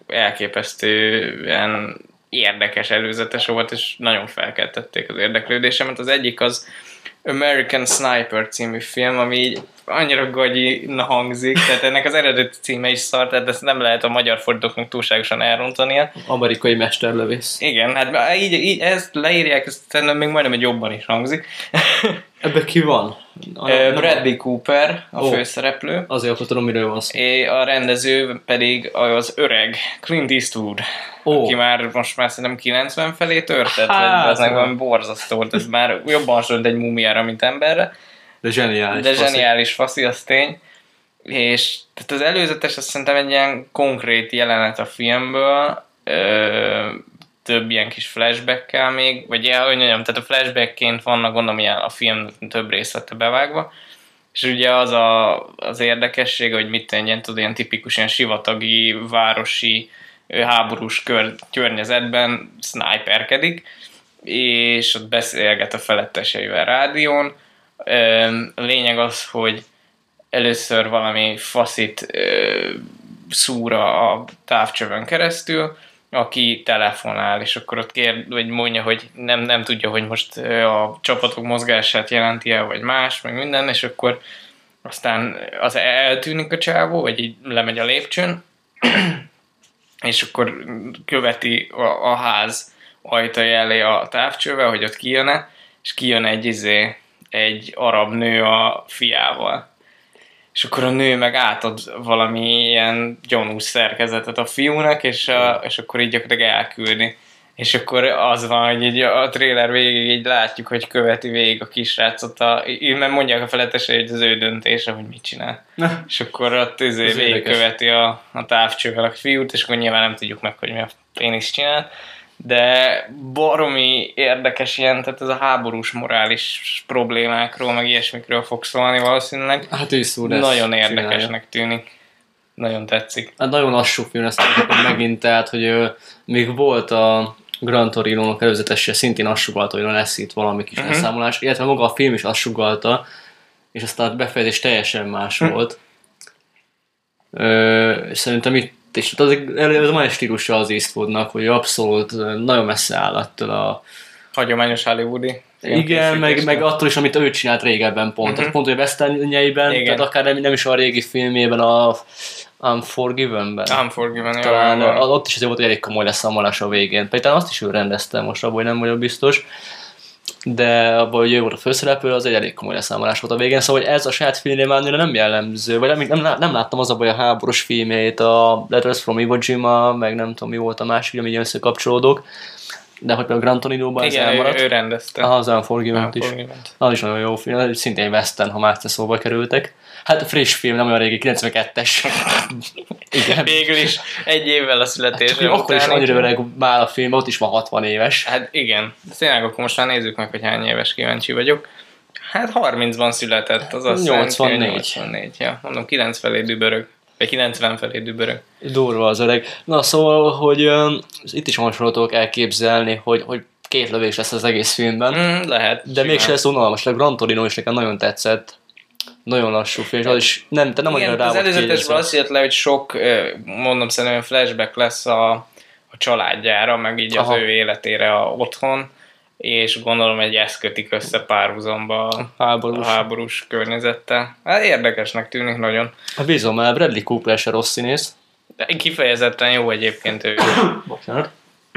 elképesztően érdekes előzetes volt, és nagyon felkeltették az érdeklődésemet. Az egyik az American Sniper című film, ami így annyira gagyina hangzik, tehát ennek az eredeti címe is szar, tehát ezt nem lehet a magyar fordítóknak túlságosan elrontania. Amerikai mesterlövész. Igen, hát így ezt leírják, ezt szerintem még majdnem egy jobban is hangzik. Ebben ki van? Bradley Cooper a főszereplő. Azért akkor tudom, miről van szó. A rendező pedig az öreg Clint Eastwood, aki már most már szerintem 90 felé törtett, vagy az valami borzasztó, ez már jobban hasonlít egy múmiára, mint emberre. De zseniális faszi, az tény. És tehát az előzetes azt szerintem egy ilyen konkrét jelenet a filmből, több ilyen kis flashbackkel még, vagy tehát a flashbackként vannak, gondolom, ilyen a film több részlete bevágva, és ugye az érdekesség, hogy mit tenjen, tudod, ilyen tipikus ilyen sivatagi, városi, háborús környezetben sniperkedik, és ott beszélget a feletteseivel rádión. A lényeg az, hogy először valami faszit szúr a távcsövön keresztül, aki telefonál, és akkor ott vagy mondja, hogy nem tudja, hogy most a csapatok mozgását jelenti el, vagy más, meg minden, és akkor aztán az eltűnik a csávó, vagy így lemegy a lépcsőn, és akkor követi a ház ajtaja elé a távcsővel, hogy ott kijön-e, és kijön egy arab nő a fiával. És akkor a nő meg átad valami ilyen gyanús szerkezetet a fiúnak, és akkor így gyakorlatilag elküldi. És akkor az van, hogy így a trailer végig így látjuk, hogy követi végig a kisrácot, mert mondják a felettesei, hogy az ő döntése, hogy mit csinál. És akkor ott végig követi a távcsővel a fiút, és akkor nyilván nem tudjuk meg, hogy mi a pénisz csinál. De baromi érdekes ilyen, tehát ez a háborús morális problémákról, meg ilyesmikről fog szólni valószínűleg. Hát nagyon érdekesnek tűnik. Nagyon tetszik. Hát nagyon lassú film lesz megint, tehát, hogy még volt a Gran Torino-nak előzetese, szintén azt sugallta, hogy lesz itt valami kis elszámolás, illetve maga a film is azt sugallta, és aztán a befejezés teljesen más volt. Szerintem itt és ez a mai stílusa az Eastwoodnak, hogy abszolút nagyon messze áll attól a hagyományos hollywoodi. Igen, meg attól is, amit ő csinált régebben pont. Tehát pont, hogy a westernjeiben, tehát akár nem is a régi filmjében, a Unforgiven-ben. Talán ott is azért volt, hogy elég komoly leszámolás a végén. Pedig azt is ő rendezte, most abban, hogy nem vagyok biztos. De abban, hogy ő volt a főszereplő, az egy elég komoly leszámolás volt a végén. Szóval hogy ez a saját filmnél már nem jellemző. Vagy nem láttam az a baj a háborús filmjét, a Letters from Iwo Jima, meg nem tudom mi volt a másik, ami így összekapcsolódok. De hogy a Gran Torino-ban ez elmaradt. Igen, ő rendezte. Az Unforgiven-t is. Az is nagyon jó film, szintén western, ha már te szóba kerültek. Hát friss film, nem olyan régi, 92-es. Igen. Végül is egy évvel a születésre. Akkor is annyira öreg már a film, ott is ma 60 éves. Hát igen. Tényleg akkor most már nézzük meg, hogy hány éves, kíváncsi vagyok. Hát 30-ban született, az azt 84. Ja, mondom, 9 felé dübörög. Vagy 90 felé dübörög. Durva az öreg. Na szóval, hogy itt is hasonlóan tudok elképzelni, hogy két lövés lesz az egész filmben. Lehet. De mégse lesz unalmas. A Gran Torino is nekem nagyon tetszett. Nagyon lassú film, és az is nem annyira rá volt az előzetesben azt jött le, hogy sok, mondom szerintem flashback lesz a családjára, meg így az ő életére otthon, és gondolom, hogy ezt kötik össze párhuzamba a háborús környezettel. Hát érdekesnek tűnik nagyon. Bízom el, Bradley Cooper se rossz színész. De kifejezetten jó egyébként ő. Bocsánat.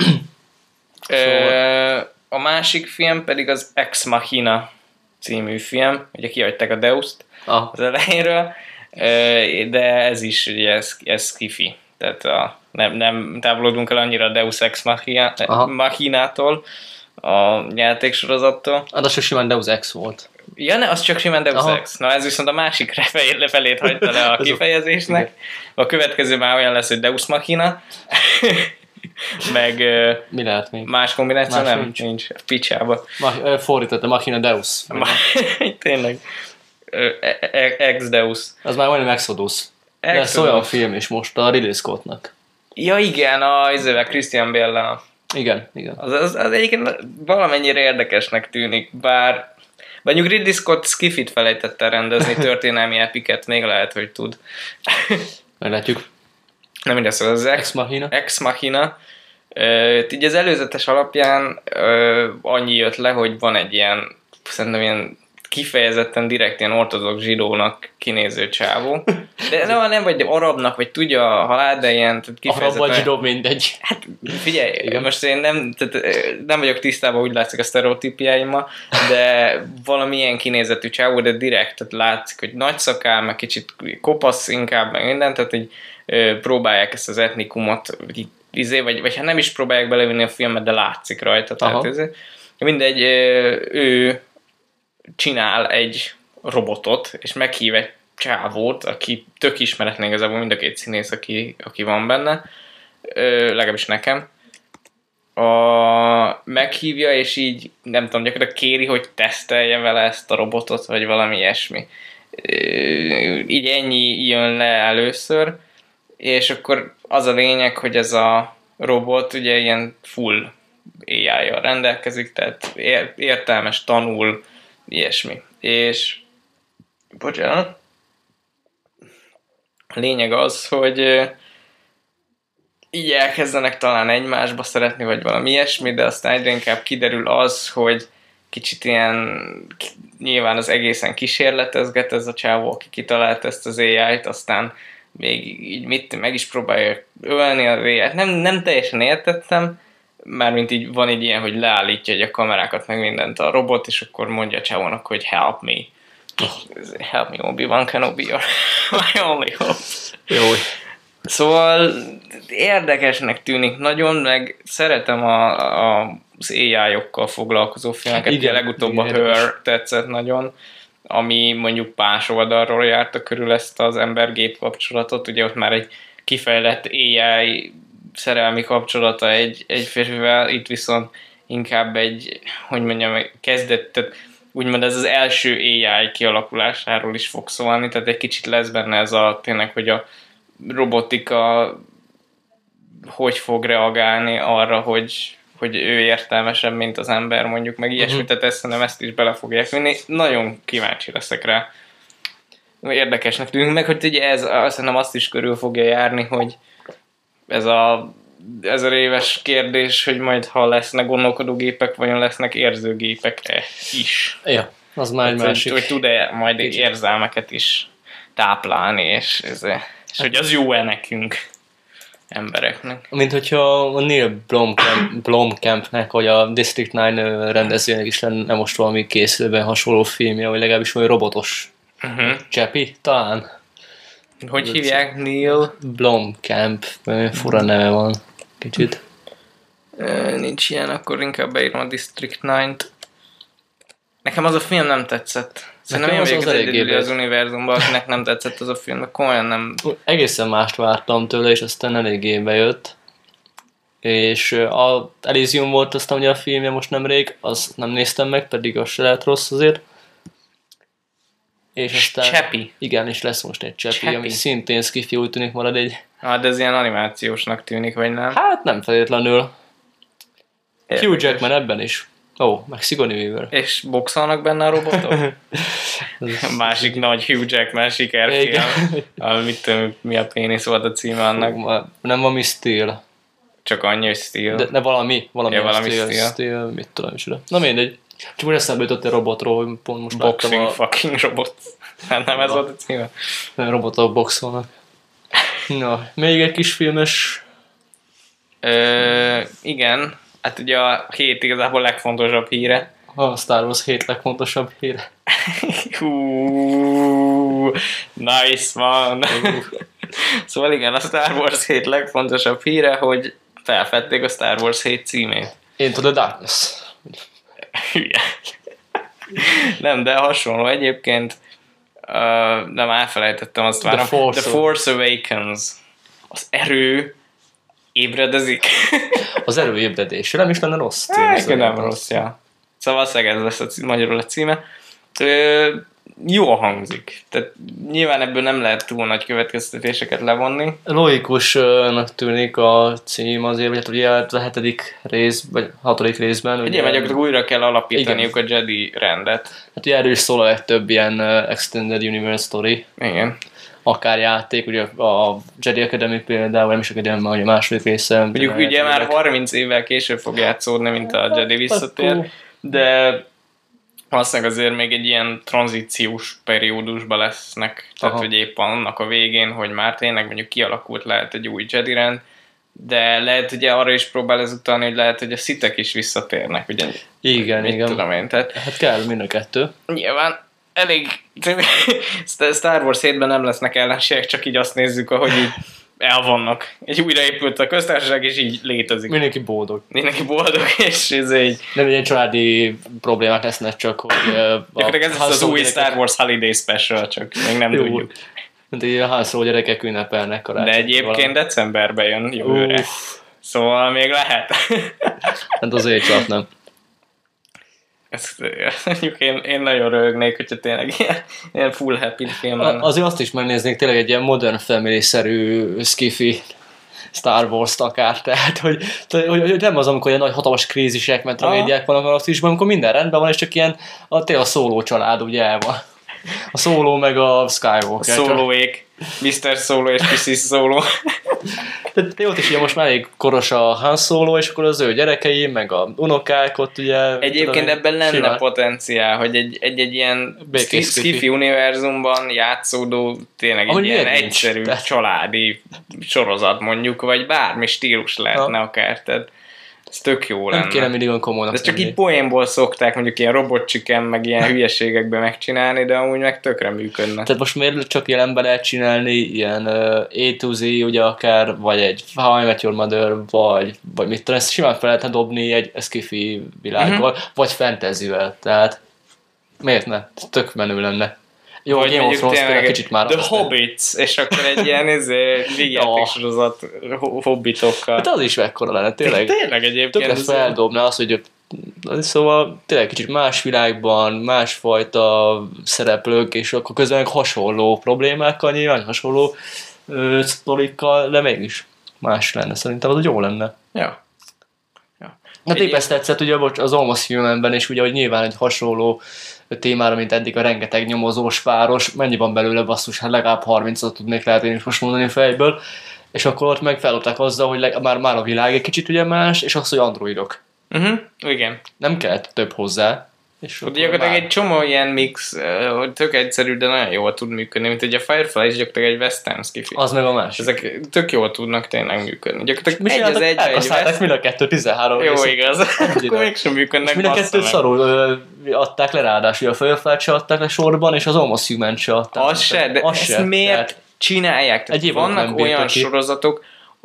A másik film pedig az Ex Machina című film, ugye kihagyták a Deust az elejéről, de ez is ugye ez skifi. Tehát nem távolodunk el annyira a Deus Ex Machinától, a játéksorozattól. Az csak simán Deus Ex volt. Ja, ne, az csak simán Deus Ex. Na ez viszont a másik felét hagyta le a kifejezésnek. A következő már olyan lesz, hogy Deus Machina. Meg mi lehet még? Más kombináció nem? Nincs. Picsába. Fordított a Machina Deus. Tényleg. Ex Deus. Az már majdnem Exodus. De ez olyan film is most a Ridley Scottnak. Ja igen, izével Christian Bale-lel. Igen. Az egyébként valamennyire érdekesnek tűnik, bár mondjuk Ridley Scott Skiffit felejtette rendezni, történelmi epiket, még lehet, hogy tud. Meglátjuk. Nem mindegy, szóval az Ex Machina. Így az előzetes alapján annyi jött le, hogy van egy ilyen, szerintem ilyen kifejezetten direkt ilyen ortodox zsidónak kinéző csávó. De nem vagy arabnak, vagy tudja a halál, de ilyen kifejezetten... Arab vagy zsidó, mindegy. Hát figyelj, igen. Most én nem vagyok tisztában, úgy látszik a sztereotípiáimmal, de valamilyen kinézetű csávó, de direkt, tehát látszik, hogy nagy szakál, meg kicsit kopasz inkább, meg minden, tehát így próbálják ezt az etnikumot, vagy hát nem is próbálják belevinni a filmet, de látszik rajta. Tehát mindegy, ő csinál egy robotot, és meghív egy csávót, aki tök ismeretlen igazából, mind a két színész, aki van benne, legalábbis nekem. Meghívja, és így, nem tudom, gyakorlatilag kéri, hogy tesztelje vele ezt a robotot, vagy valami ilyesmi. Így ennyi jön le először, és akkor az a lényeg, hogy ez a robot ugye ilyen full AI-jal rendelkezik, tehát értelmes, tanul, ilyesmi. És bocsánat, a lényeg az, hogy így elkezdenek talán egymásba szeretni, vagy valami ilyesmi, de aztán egyre inkább kiderül az, hogy kicsit ilyen, nyilván az egészen kísérletezget ez a csávó, aki kitalált ezt az AI-t, aztán még így meg is próbálja ölni az AI-t. Nem teljesen értettem, mármint így van egy ilyen, hogy leállítja a kamerákat, meg mindent a robot, és akkor mondja a csávónak, hogy help me. Help me, Obi-Wan Kenobi, my only hope. Jó. Szóval érdekesnek tűnik nagyon, meg szeretem az AI-okkal foglalkozó filmeket. Igen, legutóbb a Her tetszett nagyon, ami mondjuk más oldalról járta körül ezt az ember-gép kapcsolatot. Ugye ott már egy kifejlett AI szerelmi kapcsolata egy férfivel, itt viszont inkább egy, hogy mondjam, kezdett, tehát úgymond ez az első AI kialakulásáról is fog szólni, tehát egy kicsit lesz benne ez a tényleg, hogy a robotika hogy fog reagálni arra, hogy ő értelmesebb, mint az ember, mondjuk, meg ilyesmi, tehát ezt is bele fogják vinni. Nagyon kíváncsi leszek rá. Érdekesnek tűnik meg, hogy ugye ez szerintem azt is körül fogja járni, hogy ez a 1000 éves kérdés, hogy majd ha lesznek gondolkodógépek, vajon lesznek érzőgépek is. Ja, az már egy másik. Hogy tud-e majd érzelmeket is táplálni, és hogy az jó-e nekünk, embereknek. Mint hogyha a Neil Blomkampnek, vagy a District 9 rendezőjének is lenne most valami készülőben hasonló filmje, vagy legalábbis olyan robotos csepi, talán. Hogy hívják? Neil? Blomkamp, fura neve van, kicsit. Nincs ilyen, akkor inkább beírom a District 9-t. Nekem az a film nem tetszett. Szerintem én vagyok az egyedüli az univerzumban, akinek nem tetszett az a film, de komolyan nem... Egészen mást vártam tőle, és aztán eléggé bejött. És a Elysium volt aztán ugye a filmje most nemrég, azt nem néztem meg, pedig az se lehet rossz azért. És aztán... Csepi. Igen, és lesz most egy Csepi, ami szintén skifi, úgy tűnik marad egy... De ez ilyen animációsnak tűnik, vagy nem? Hát nem feltétlenül. Hugh Jackman ebben is. Meg Sigourney Weaver. És boxolnak benne a robotok? Másik nagy Hugh Jackman sikerfilm. Mi a pénisz volt a címe annak? Nem valami Steel. Csak annyi, hogy Steel. De valami Steel, mit tudom is. Na mindegy. Csak most eszembe jutott egy robotról, hogy pont most Boxing fucking robot. Nem ez volt a címe? Robotok boxolnak. Na, még egy kis filmes. Igen. Hát ugye a hét igazából legfontosabb híre. A Star Wars 7 legfontosabb híre. Nice man! Szóval igen, a Star Wars 7 legfontosabb híre, hogy felfedték a Star Wars 7 címét. Into the Darkness. Nem, de hasonló egyébként. Nem, elfelejtettem, azt várom. The Force Awakens. Az erő ébredezik. Az erő ébredésre nem is lenne rossz cím. Nem rossz, ja. Szóval ez lesz magyarul a címe. Jól hangzik. Tehát nyilván ebből nem lehet túl nagy következtetéseket levonni. Logikusnak tűnik a cím azért, hogy a 7. rész, vagy 6. részben. Ugye, mert újra kell alapítaniuk a Jedi rendet. Hát ugye erről is szól a legtöbb ilyen Extended Universe Story. Igen. Akár játék, ugye a Jedi Academy például, nem is Academy, hogy a második része. Mondjuk ugye már 30 évvel később fog játszódni, mint a Jedi visszatér, de valószínűleg azért még egy ilyen tranzíciós periódusban lesznek, tehát hogy éppen annak a végén, hogy már tényleg mondjuk kialakult lehet egy új Jedi rend, de lehet ugye arra is próbál ez utalni, hogy lehet, hogy a szitek is visszatérnek, ugye? Igen, mit igen. Tudom én, tehát Hát kell mind a kettő. nyilván elég Star Wars 7-ben nem lesznek ellenségek, csak így azt nézzük, ahogy így elvannak. Egy újraépült a köztársaság, és így létezik. Mindenki boldog. Mindenki boldog, és ez így... Nem ilyen családi problémák lesznek, csak hogy... Ez az új Star Wars Holiday Special, csak még nem tudjuk. Mint így a Han Solo gyerekek ünnepelnek karácsony. De egyébként decemberben jön jövőre. Szóval még lehet. Hát azért csak nem. Mondjuk én nagyon röhögnék, hogyha tényleg ilyen full happy film lenne. Azért azt is megnéznék, tényleg egy ilyen Modern Family-szerű skifi Star Wars-t akár, tehát hogy nem az, amikor ilyen nagy hatalmas krízisek, mert tragédiák vannak a is, amikor minden rendben van, és csak ilyen tényleg a Solo család ugye el van. A Solo meg a Skywalker. A Soloék. Mr. Solo és Mrs. Solo. Tehát ott is ugye most már elég koros a Han Solo, és akkor az ő gyerekei, meg a unokák ott ugye... Egyébként ebben lenne simán potenciál, hogy egy ilyen skifi univerzumban játszódó, tényleg egy ilyen egyszerű családi sorozat mondjuk, vagy bármi stílus lehetne akár, tehát ez tök jó lenne. Nem kéne mindig olyan komolnak. De csak így poénból szokták mondjuk ilyen robotcsiken, meg ilyen hülyeségekben megcsinálni, de amúgy meg tökre működne. Tehát most miért csak jelenben lehet csinálni ilyen A to Z, ugye akár, vagy egy How I Met Your Mother, vagy mit tudom, ezt simán fel lehetne dobni egy skifi világgal, vagy fantasyvel, tehát miért ne? Tök menő lenne. Jó, vagy Game of Thrones tényleg kicsit már... The Hobbits, és akkor egy ilyen végjátéksorozat hobbitokkal. Hát az is mekkora lenne, tényleg. Tényleg egyébként. Tökre feldobna az, hogy szóval tényleg kicsit más világban, másfajta szereplők, és akkor közben hasonló problémákkal, nyilván hasonló sztorikkal, de mégis más lenne. Szerintem az jó lenne. Ja. Hát épp ezt tetszett ugye az Almost Human-ben, és ugye, hogy nyilván egy hasonló témára, mint eddig a rengeteg nyomozós páros, mennyi van belőle basszus, hát legalább 30-at tudnék lehet én is most mondani fejből, és akkor ott meg feladták azzal, hogy már a világ egy kicsit ugye más, és az, hogy androidok. Igen. Nem kell több hozzá. És gyakorlatilag egy csomó ilyen mix, tök egyszerű, de nagyon jól tud működni, mint ugye a Firefly is gyakorlatilag egy western skifi. Az meg a másik. Ezek tök jól tudnak tényleg működni. Gyakorlatilag egy az egy elkaszálták mind a kettő 13 Jó, igaz. Akkor mégsem működnek. Mind a kettőt szarul adták le, ráadásul a Firefly-t se adták le sorban, és az Almost Human se adták. Az se, de ezt miért csinálják? Tehát vannak olyan sorozatok,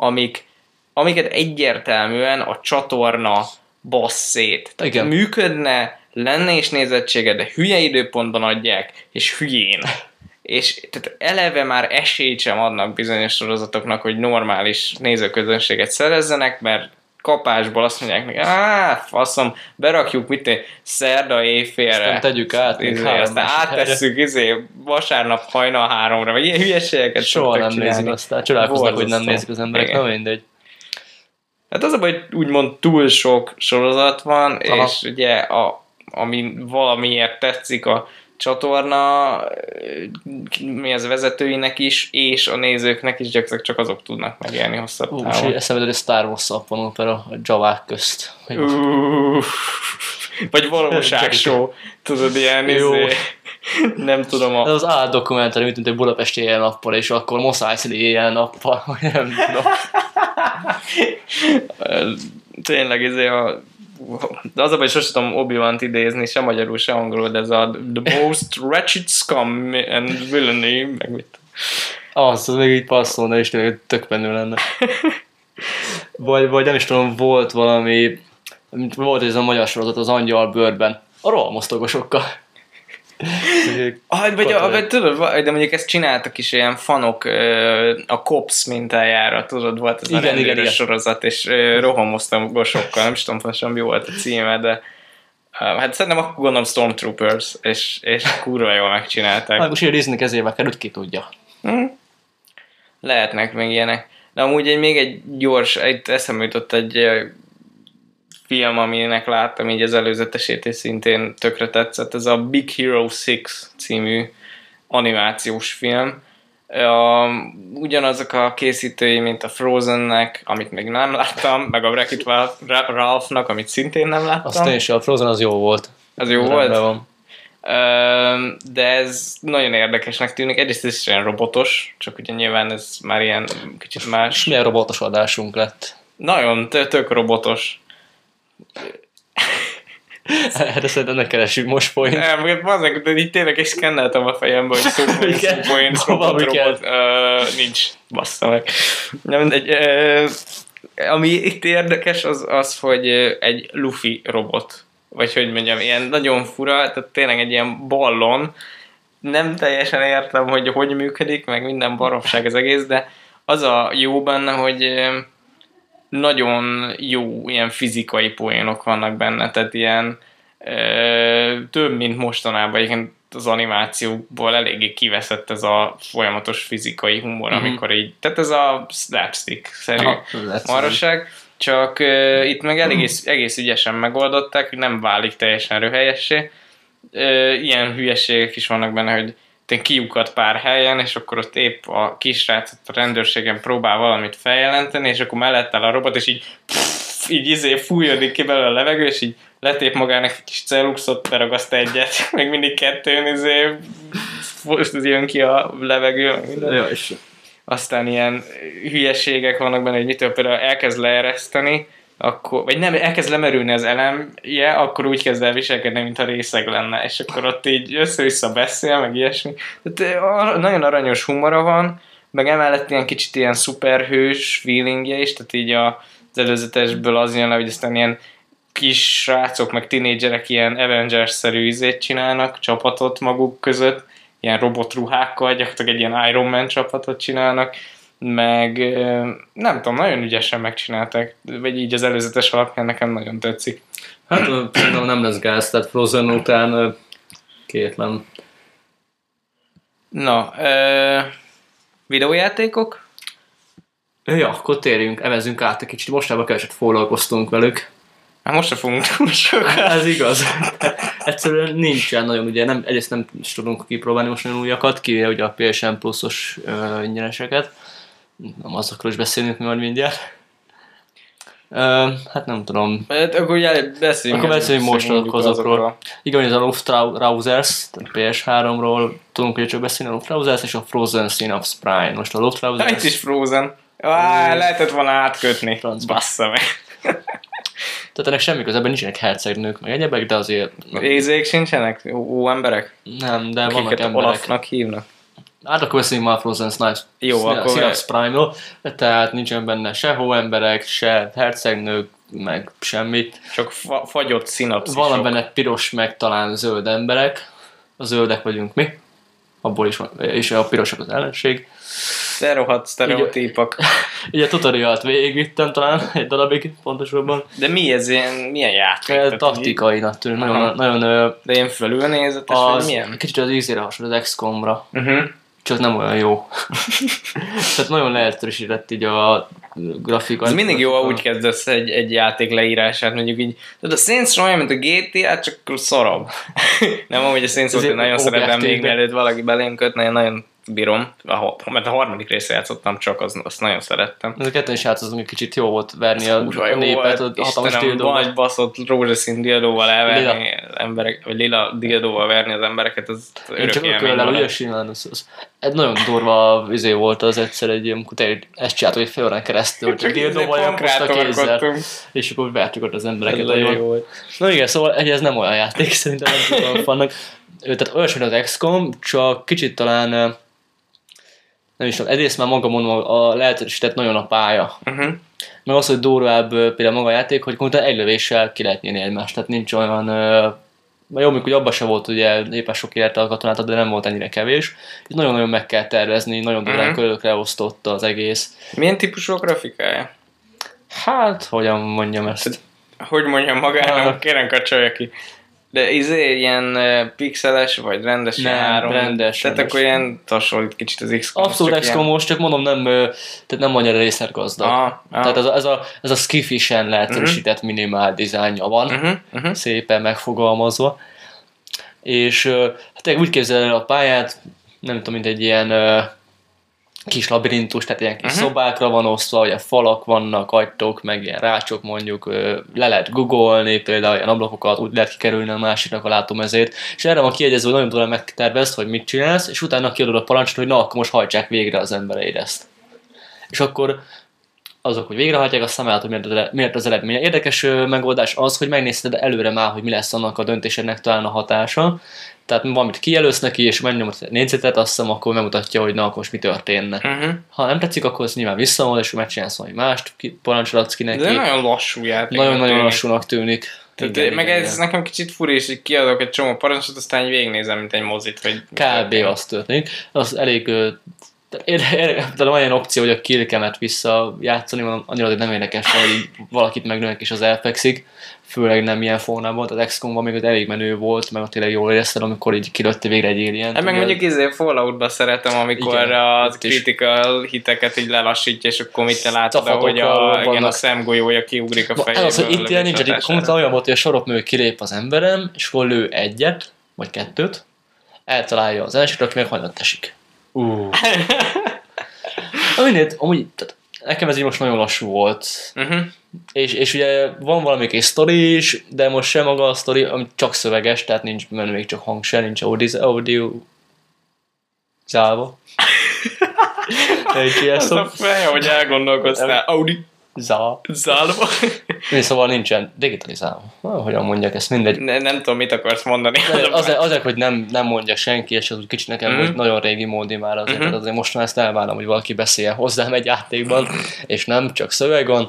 amiket egyértelműen a csatorna bassz szét. Tehát működne, lenne is nézettsége, de hülye időpontban adják, és hülyén. És tehát eleve már esélyt sem adnak bizonyos sorozatoknak, hogy normális nézőközönséget szerezzenek, mert kapásból azt mondják neki, faszom, berakjuk szerda éjfélre. Aztán tegyük át. Aztán áttesszük vasárnap hajnal 3-ra, vagy ilyen hülyeségeket soha nem nézik, aztán csodálkoznak, hogy nem nézik az emberek, nem mindegy. Hát az a baj, hogy úgymond túl sok sorozat van, és ugye ami valamiért tetszik a csatorna, mi az vezetőinek is, és a nézőknek is, gyakorlatilag csak azok tudnak megélni hosszabb távon. És eszembe hogy Star Wars szappanopera a javák közt. Vagy valóságshow, tudod, ilyen nem tudom Ez az áldokumentárium, mint egy budapesti éjjel-nappal, és akkor Mos Eisley éjjel-nappal, vagy nem tudom. Tényleg de az a baj, sosem tudom Obi-Wan-t idézni, sem magyarul, sem angolul, de ez a the most wretched scum and villainy, meg mit. Az még így passzolna, és tök menő lenne. Vagy nem is tudom, volt valami, volt ez a magyar sorozat az Angyal bőrben, a rohamosztogosokkal. Tudod, de mondjuk ezt csináltak is ilyen fanok a Cops mintájára, tudod, volt ez a rendőrös sorozat, és rohamosztogosokkal, nem is tudom pontosan mi volt a címe, de hát szerintem akkor gondolom Stormtroopers, és kurva jól megcsinálták. Most így a Disney kezébe került, ki tudja. Lehetnek még ilyenek. De amúgy még egy gyors, eszembe jutott egy film, aminek láttam így az előzetesét, és szintén tökre tetszett, ez a Big Hero 6 című animációs film. Ugyanazok a készítői, mint a Frozennek, amit még nem láttam, meg a Wreck-It Ralph-nak, amit szintén nem láttam. Azt is, a Frozen az jó volt. Az jó volt? Van. De ez nagyon érdekesnek tűnik. Egyrészt ez is ilyen robotos, csak ugye nyilván ez már ilyen kicsit más. És milyen robotos adásunk lett? Nagyon tök robotos. Erre szerintem ne keressük most point. Nem, azért, de így tényleg is szkenneltem a fejembe, hogy szópoint, robot, nincs, bassza meg. Nem mindegy. Ami itt érdekes, az, hogy egy Luffy robot. Vagy hogy mondjam, ilyen nagyon fura, tehát tényleg egy ilyen ballon. Nem teljesen értem, hogy működik, meg minden baromság az egész, de az a jó benne, hogy nagyon jó ilyen fizikai poénok vannak benne, tehát ilyen több, mint mostanában egyébként az animációkból eléggé kiveszett ez a folyamatos fizikai humor, amikor így, tehát ez a slapstick-szerű marhaság, csak itt meg egész ügyesen megoldották, hogy nem válik teljesen röhelyessé. Ilyen hülyeségek is vannak benne, hogy kiukat pár helyen, és akkor ott épp a kisrác a rendőrségen próbál valamit feljelenteni, és akkor mellettel a robot, és így fújódik ki belőle a levegő, és így letép magának egy kis celluxot, beragaszt egyet, meg mindig kettőn jön ki a levegő, Ja, és aztán ilyen hülyeségek vannak benne, hogy mitől például elkezd leereszteni, akkor, vagy nem, elkezd lemerülni az elemje, akkor úgy kezd el viselkedni, mintha részeg lenne, és akkor ott így össze-vissza beszél, meg ilyesmi. Tehát nagyon aranyos humora van, meg emellett ilyen kicsit ilyen szuperhős feelingje is, tehát így az előzetesből az jön le, hogy aztán ilyen kis srácok, meg tinédzserek ilyen Avengers-szerű izét csinálnak, csapatot maguk között, ilyen robotruhákkal, gyakorlatilag egy ilyen Iron Man csapatot csinálnak, meg nem tudom, nagyon ügyesen megcsinálták, vagy így az előzetes alapján nekem nagyon tetszik. hát szerintem nem lesz gáz, tehát Frozen után kétlen. Na, videójátékok? Ja, akkor térjünk, evezünk át egy kicsit, mostában keveset foglalkoztunk velük. Hát most se fogunk túl sokat. Ez igaz. Egyszerűen nincsen nagyon, ugye egyrészt nem is tudunk kipróbálni most nagyon újakat, kivéve ugye a PSN Plus-os ingyeneseket. Nem azokról is beszélünk majd mindjárt. Hát nem tudom. Hát akkor ugye beszéljünk most azokról. Igen, ez a Luftrausers, tehát PS3-ról tudunk ugye csak beszélni, a Luftrausers és a Frozen Sin of Sprine. Most a Luftrausers... Itt is Frozen. Lehetett volna átkötni. Bassza meg. Tehát ennek semmi közben nincsenek hercegnők, meg egyebek, de azért... Ézék sincsenek? Ó, emberek? Nem, de vannak emberek. Olafnak hívnak. Hát akkor beszéljünk már Frozen Sin of Sprine-ról, tehát nincsen benne se hóemberek, se hercegnők, meg semmi. Csak fagyott szinapszisok. Van benne piros, meg talán zöld emberek. A zöldek vagyunk mi. Abból is van, és a pirosak az ellenség. De rohadt sztereotípak. Így a tutorialt végigvittem talán egy darabig pontosabban. De mi ez milyen játék? Taktikainak tűnik, nagyon... De ilyen fölülnézetes, vagy milyen? Kicsit az ízére hasonló az XCOM-ra. Csak nem olyan jó. Tehát nagyon leegyszerűsített így a grafika. Ez mindig jó, úgy kezdesz egy játék leírását, mondjuk így, tehát a Saints Row olyan, mint a GTA, csak szarabb. Nem amúgy a Saints Row-t nagyon szeretem még mielőtt valaki belém kötne, nagyon bírom, mert a harmadik része játszottam csak, azt nagyon szerettem. Ez a kettőn is játszottunk, egy kicsit jó volt verni a népet, a hatalmas dildóval. Nagy baszott rózsaszín dildóval elverni emberek, vagy lila dildóval verni az embereket, az örök élmény. Én csak ököllel, ugye simán, egy nagyon durva volt az egyszer amikor te ezt csináltuk egy fél órán keresztül, hogy a dildóval nyomkoztak kézzel, és akkor vertük ott az embereket. Na igen, szóval ez nem olyan játék, szerintem nem tudom, vannak. Tehát olyasmi az XCOM, csak kicsit talán nem is tudom, egyrészt már maga mondom, a lehetősített nagyon a pálya. Meg az, hogy durvább például maga a játék, hogy konkrétan egy lövéssel ki lehet nyírni egymást, tehát nincs olyan... Jó, mikor abban se volt ugye éppen sok élete a katonát, de nem volt ennyire kevés. Itt nagyon-nagyon meg kell tervezni, nagyon durván körülökre osztott az egész. Milyen típusú a grafikája? Hát, hogyan mondjam ezt? Hogy mondjam magának, kérem kapcsolja ki. De ilyen pixeles, vagy rendes? Nem, rendes. Tehát akkor ilyen hasonlít kicsit az XCOM. Abszolút XCOM-os, csak mondom, tehát nem annyira részletgazdag. Tehát ez a skiffisen lehetősített minimál dizájnja van, szépen megfogalmazva. És hát úgy képzel el a pályát, nem tudom, mint egy ilyen kis labirintus, tehát ilyen kis szobákra van osztva, ugye falak vannak, ajtók, meg ilyen rácsok mondjuk, le lehet googolni, például ilyen ablakokat, úgy lehet kikerülni a másiknak a látómezét, és erre van kiegyezve, hogy nagyon jól megtervezd, hogy mit csinálsz, és utána kiadod a parancsot, hogy na, akkor most hajtsák végre az embereid ezt. És akkor azok, hogy végrehajtják, aztán meglátod, hogy miért az eredménye. Érdekes megoldás az, hogy megnézted előre már, hogy mi lesz annak a döntésednek talán a hatása. Tehát valamit kijelölsz neki, és megnyomod egy négyzetet, azt hiszem, akkor megmutatja, hogy na, akkor most mi történne. Ha nem tetszik, akkor azt nyilván visszamond, és megcsinálsz valami mást, parancsolatsz ki neki. De nagyon lassú játék. Nagyon lassúnak tűnik. Tehát igen, meg ez nekem kicsit furi, és így kiadok egy csomó parancsot, aztán így végignézem, mint egy mozit. Vagy kb. Az történik. Az elég... De van ilyen opció, hogy a killkemet visszajátszani, annyira nem érdekes, hogy valakit megnőnek és az elfekszik, főleg nem ilyen formában, az XCOM-ban még az elég menő volt, meg ott tényleg jól érezted, amikor így kilőtte végre egy alien. Hát meg mondjuk Falloutban szeretem, amikor igen, a critical hiteket így lelassítja, és akkor mit te látod, hogy a szemgolyója kiugrik a fejéből. Az, hogy itt ilyen nincs, itt konkrétan olyan volt, hogy a sarok mögött kilép az emberem, és akkor lő egyet, vagy kettőt, eltalálja az elsőt, aki meg hajnat esik. Amúgy, nekem ez így most nagyon lassú volt. És ugye van valami kis sztori is, de most sem maga a sztori, ami csak szöveges, tehát nincs benne még csak hang se, nincs audio zálva. Az a fej, hogy elgondolkoztál. Audi. Zálva. Szóval nincsen digitalizálva. Hogyan mondjak ezt, mindegy. Nem tudom, mit akarsz mondani. Azért, hogy nem mondja senki, és az úgy kicsit nekem nagyon régi módi már azért, tehát azért most már ezt elvállom, hogy valaki beszéljen hozzám egy játékban, és nem csak szövegon.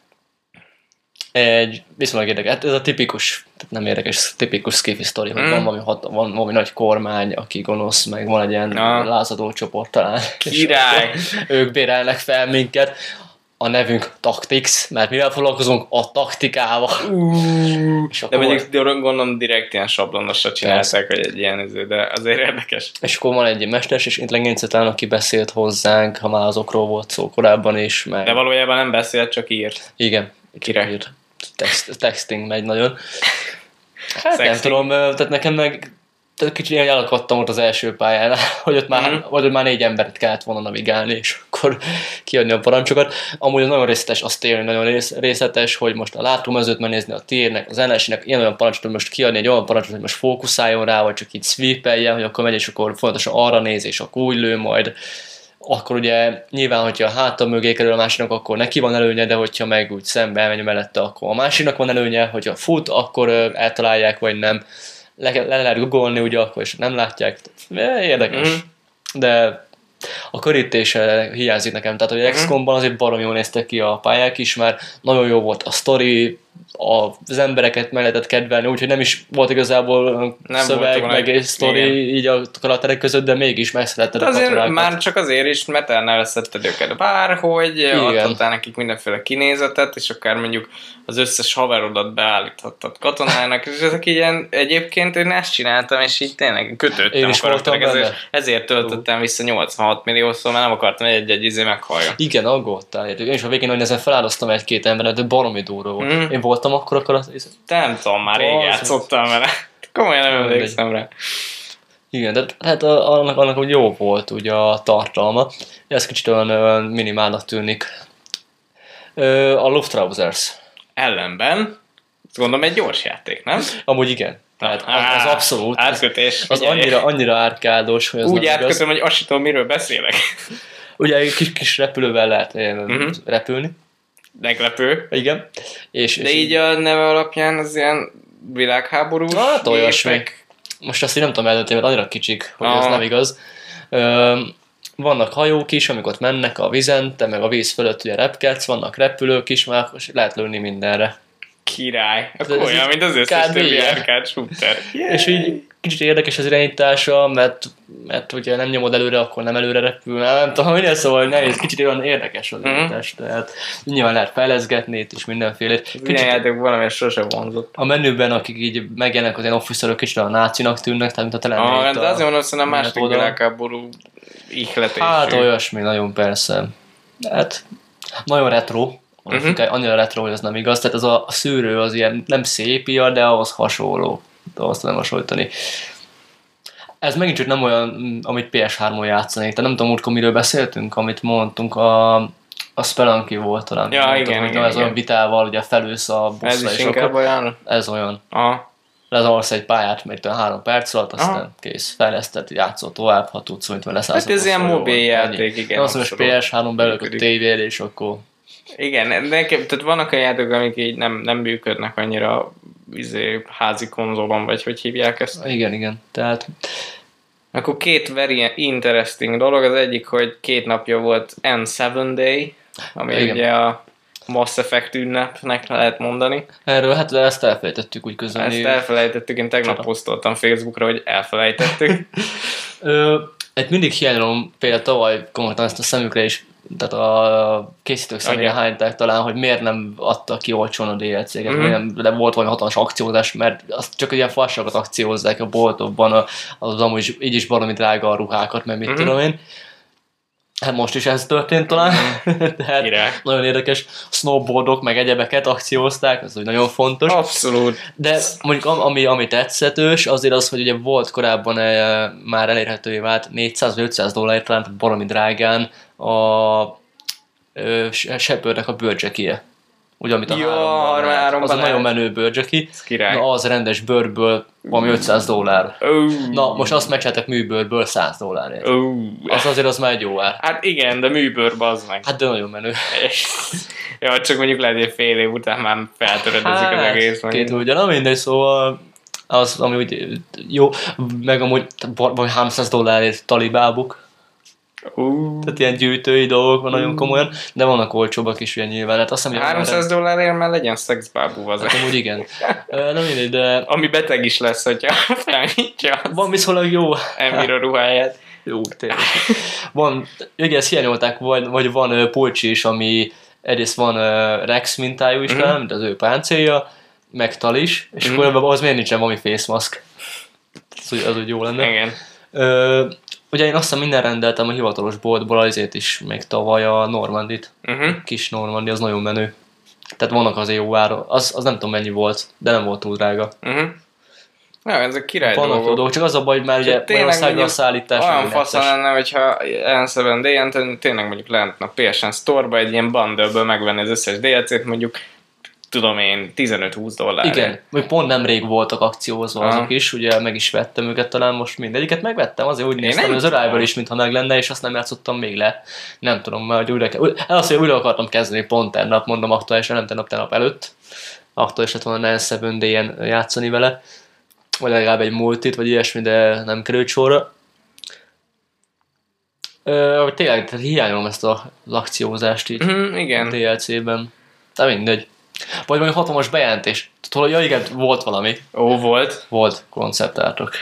Egy viszonylag érdekes, ez a tipikus, tehát nem érdekes, tipikus skifi sztori, hogy van valami nagy kormány, aki gonosz, meg van egy ilyen lázadó csoport talán. Király! Ők bérelnek fel minket. A nevünk Tactics, mert mivel foglalkozunk? A taktikával. De mondjuk gondolom direkt ilyen sablonosra csinálták, hogy egy ilyen, de azért érdekes. És akkor van egy mesterséges intelligencia talán, aki beszélt hozzánk, ha már azokról volt szó korábban is. Meg... De valójában nem beszélt, csak írt. Igen. Kire? Írt. Texting megy nagyon. Hát nem tudom, tehát nekem meg kicsit ilyen elakadtam ott az első pályán, hogy ott már 4 embert kellett volna navigálni, és akkor kiadni a parancsokat. Amúgy az nagyon részletes, az tényleg nagyon részletes, hogy most a látómezőt megnézni, a térnek, az ellenségnek ilyen olyan parancsot, hogy most kiadni egy olyan parancsot, hogy most fókuszáljon rá, vagy csak így sweepeljen, hogy akkor megy, és akkor fontosan arra néz, és akkor úgy lő majd. Akkor ugye nyilván, hogyha a háta mögé kerül a másiknak, akkor neki van előnye, de hogyha meg úgy szembe elmegy mellette, akkor a másiknak van előnye, hogyha fut, akkor eltalálják, vagy nem. Le lehet googolni, ugye akkor is nem látják. Érdekes. De a körítése hiányzik nekem. Tehát, hogy XCOM-ban azért baromi jól néztek ki a pályák is, mert nagyon jó volt a sztori, az embereket meg lehetett kedvelni, úgyhogy nem is volt igazából nem szöveg, meg sztori így a karakterek között, de mégis megszeretted a katonákat. Már csak azért is, mert elnevezhetted őket bárhogy, adtál nekik mindenféle kinézetet, és akár mondjuk az összes haverodat beállíthattad katonának, és ezek ilyen, egyébként én ezt csináltam, és így tényleg kötődtem a karakterek, ezért töltöttem vissza 86 milliószor, mert nem akartam egy izé meghallja. Igen, aggódtál, értük. Én is a végén, hogy ezen feláldoztam 1-2 emberet, de baromi durva volt. Én voltam akkor nem tudom, már rég játszottam vele. Komolyan nem emlékszem rá. Igen, de hát annak úgy jó volt ugye a tartalma. Ez kicsit olyan minimálnak tűnik. A Luftrausers. Ellenben, gondolom egy gyors játék, nem? Amúgy igen. Tehát az abszolút. Átkötés. Az annyira árkádos, hogy az úgy átkötöm, hogy azt tudom, miről beszélek. Ugye egy kis repülővel lehet repülni. Meglepő. Igen. De így a neve alapján az ilyen világháborús. Hát olyasmi. Most azt így nem tudom eldönteni, mert annyira kicsik, hogy ez nem igaz. Vannak hajók is, amik ott mennek a vizen, te meg a víz fölött ugye repkedsz, vannak repülők is, már lehet lőni mindenre. Király. Akkor olyan, mint az összes többi arcade shooter. És így kicsit érdekes az irányítása, mert ugye nem nyomod előre, akkor nem előre repül, nem tudom, minden szóval nehéz, kicsit olyan érdekes az irányítás, tehát nyilván lehet fejleszgetni itt is mindenfélét. Ilyen játék valami sose vonzott. A menüben, akik így megjelennek az ilyen officerok, kicsit a nácinak tűnnek, tehát mint a telemét. De azért mondom, hogy a második világháború ihletésű. Hát olyasmi, nagyon persze. Hát nagyon retro. Annyira retro, hogy az nem igaz. Tehát az a szűrő az ilyen nem szépia, de ahhoz hasonló. De azt nem hasonlítani. Ez megint csak nem olyan, amit PS3-on játszanék. Tehát nem tudom, múltkor miről beszéltünk, amit mondtunk, a Spelunky volt talán. Ja, mondtam, igen, hogy igen, ez igen. olyan vitával, ugye felülsz a buszra, Ez is és inkább akkor olyan? ez olyan. Aha. Lezarsz egy pályát, még 3 perc alatt, aztán Aha. kész, fejleszted, játszol tovább, ha tudsz, hogy leszállsz. Hát ez ilyen mobil játék, igen. Azt mondom, hogy PS3 belőlük a tévére, és akkor... Igen, nekem, tehát vannak olyan játékok, amik így nem működnek annyira házi konzolon, vagy hogy hívják ezt. Igen, tehát... Akkor 2 very interesting dolog, az egyik, hogy 2 napja volt N7 Day, ami Igen. ugye a Mass Effect ünnepnek lehet mondani. Erről, hát ezt elfelejtettük úgy közölni. Ezt elfelejtettük, én tegnap Csata. posztoltam Facebookra, hogy elfelejtettük. Egy mindig hiányolom, például tavaly konkrétan ezt a szemükre is, tehát a készítők szemére hányták talán, hogy miért nem adtak ki olcsón a DLC-ket, de volt valami hatalmas akciózás, mert azt csak ilyen fasságot akciózzák a boltokban, az amúgy így is valami drága a ruhákat, mert mit tudom én. Hát most is ez történt talán, tehát Király. nagyon érdekes. Snowboardok meg egyebeket akciózták, ez úgy nagyon fontos. Abszolút. De mondjuk ami tetszetős, azért az, hogy ugye volt korábban már elérhetővé vált 400 vagy 500 dollárért talán, tehát baromi drágán a Shepardnek a bőrcsekie. Ugye, amit a Ja, háromban lehet. háromban Az a nagyon lehet. menő bőrcseki. Ez király. Na, az rendes bőrből valami 500 dollár. Na, most azt megcsináltak műbőrből 100 dollárért. Az azért az már egy jó ár. Hát igen, de műbőr, bazd meg. Hát de nagyon menő. Ja, csak mondjuk lehet, hogy fél év után már feltöredezik az egész. meg. Két ugyan, mindegy, szóval az, ami úgy jó, meg amúgy vagy 300 dollárért talibábuk. Tehát ilyen gyűjtői dolgok van nagyon komolyan, de vannak olcsóbbak is ugye nyilván. Hát azt hiszem, 300 dollárért már legyen szexbábú az. Hát amúgy igen. Nem mindegy, de Ami beteg is lesz, hogyha felnyitja van viszonylag jó. Emir a ruháját. Jó, tényleg. Van, ugye ezt hiányolták, vagy van Polcsi is, ami egyrészt van Rex mintájú is, mint az ő páncélja, meg Tal is, és akkor az miért nincsen valami face mask? Az úgy jó lenne. Igen. Ugye én azt hiszem minden rendeltem a hivatalos boltból, azért is még tavaly a Normandit. Kis Normandi, az nagyon menő. Tehát vannak azért jó ára. Az nem tudom mennyi volt, de nem volt túl drága. Ja, ezek király Vannak dolgok. dolgok, csak az a baj, hogy már ugye Tényleg Magyarországra a mondjuk szállítás. olyan nem faszal netes. lenne, hogyha N7 Day-en tényleg mondjuk lehetne a PSN Store-ba egy ilyen bundle-ből megvenni az összes DLC-t, mondjuk tudom én, 15-20 dollárért. Igen, még pont nemrég voltak akciózva azok is, ugye meg is vettem őket talán most mindegyiket megvettem, azért úgy néztem, hogy az Arrival is mintha meg lenne, és azt nem játszottam még le. Nem tudom, mert hogy újra akartam kezdeni pont tennap, mondom aktuálisan, nem tennap előtt. Aktuális lett volna N7 Day-en játszani vele, vagy legalább egy multit, vagy ilyesmi, de nem került sorra. Tényleg tehát hiányolom ezt az akciózást így Igen. DLC-ben. De mindegy. Vagy valami hatalmas bejelentés. Tudod, ja igen, volt valami. Volt. Volt konceptártok.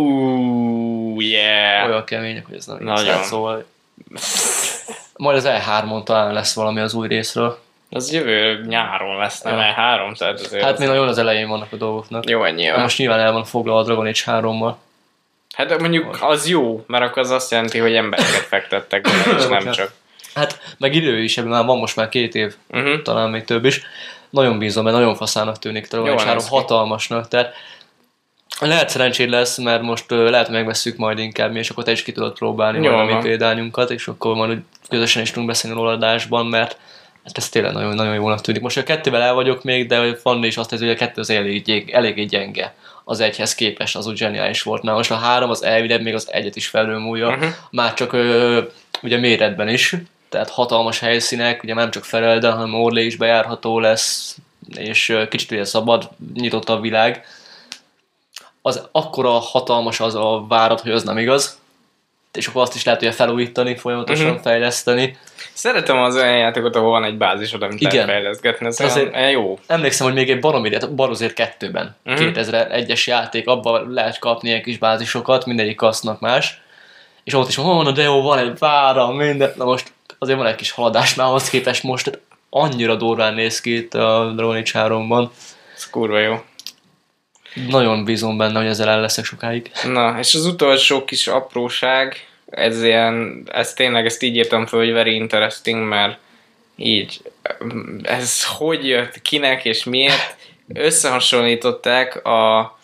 Yeah. Olyan kemények, hogy ez nem Nagyon. igaz. Szóval majd az E3-on talán lesz valami az új részről. Az jövő nyáron lesz, nem Ja. E3, tehát azért Hát az... még nagyon az elején vannak a dolgoknak. Jó, nyilván. Most nyilván el van foglalva a Dragon Age 3-mal. Hát de mondjuk az jó, mert akkor az azt jelenti, hogy embereket fektettek bele, és nem csak. Hát meg idő is, ebben már van most már 2 év, talán még több is. Nagyon bízom, mert nagyon faszának tűnik Dragon Jól Age 3, néz ki. hatalmasnak. Tehát lehet szerencséd lesz, mert most lehet, hogy megvesszük majd inkább mi, és akkor te is ki tudod próbálni Jól majd a mi van. példányunkat, és akkor majd úgy közösen is tudunk beszélni róla adásban, mert hát ez tényleg nagyon, nagyon jónak tűnik. Most a 2-vel el vagyok még, de Fanni is azt hiszi, hogy a 2 az eléggé gyenge az 1-hez képest, az úgy zseniális volt. Na most a 3 az elvileg még az 1-et is felülmúlja, már csak ugye méretben is, tehát hatalmas helyszínek, ugye nem csak Ferelden, hanem Orlé is bejárható lesz, és kicsit ugye szabad, nyitott a világ. Az akkora hatalmas az a várat, hogy az nem igaz, és akkor azt is lehet ugye felújítani, folyamatosan fejleszteni. Szeretem az olyan játékot, ahol van egy bázisod, amit Igen. lehet fejleszgetni, ez Azért- olyan jó. Emlékszem, hogy még egy Barozért 2-ben, 2001-es játék, abban lehet kapni ilyen kis bázisokat, mindegyik kasznak más, és ott is van, de jó, van egy vára, minden, na most azért van egy kis haladás már ahhoz képest most, tehát annyira durván néz ki itt a Dragon Age 3-ban. Ez kurva jó. Nagyon bízom benne, hogy ezzel el leszek sokáig. Na, és az utolsó kis apróság, ezt így írtam fel, hogy very interesting, mert így, ez hogy jött, kinek és miért, összehasonlították a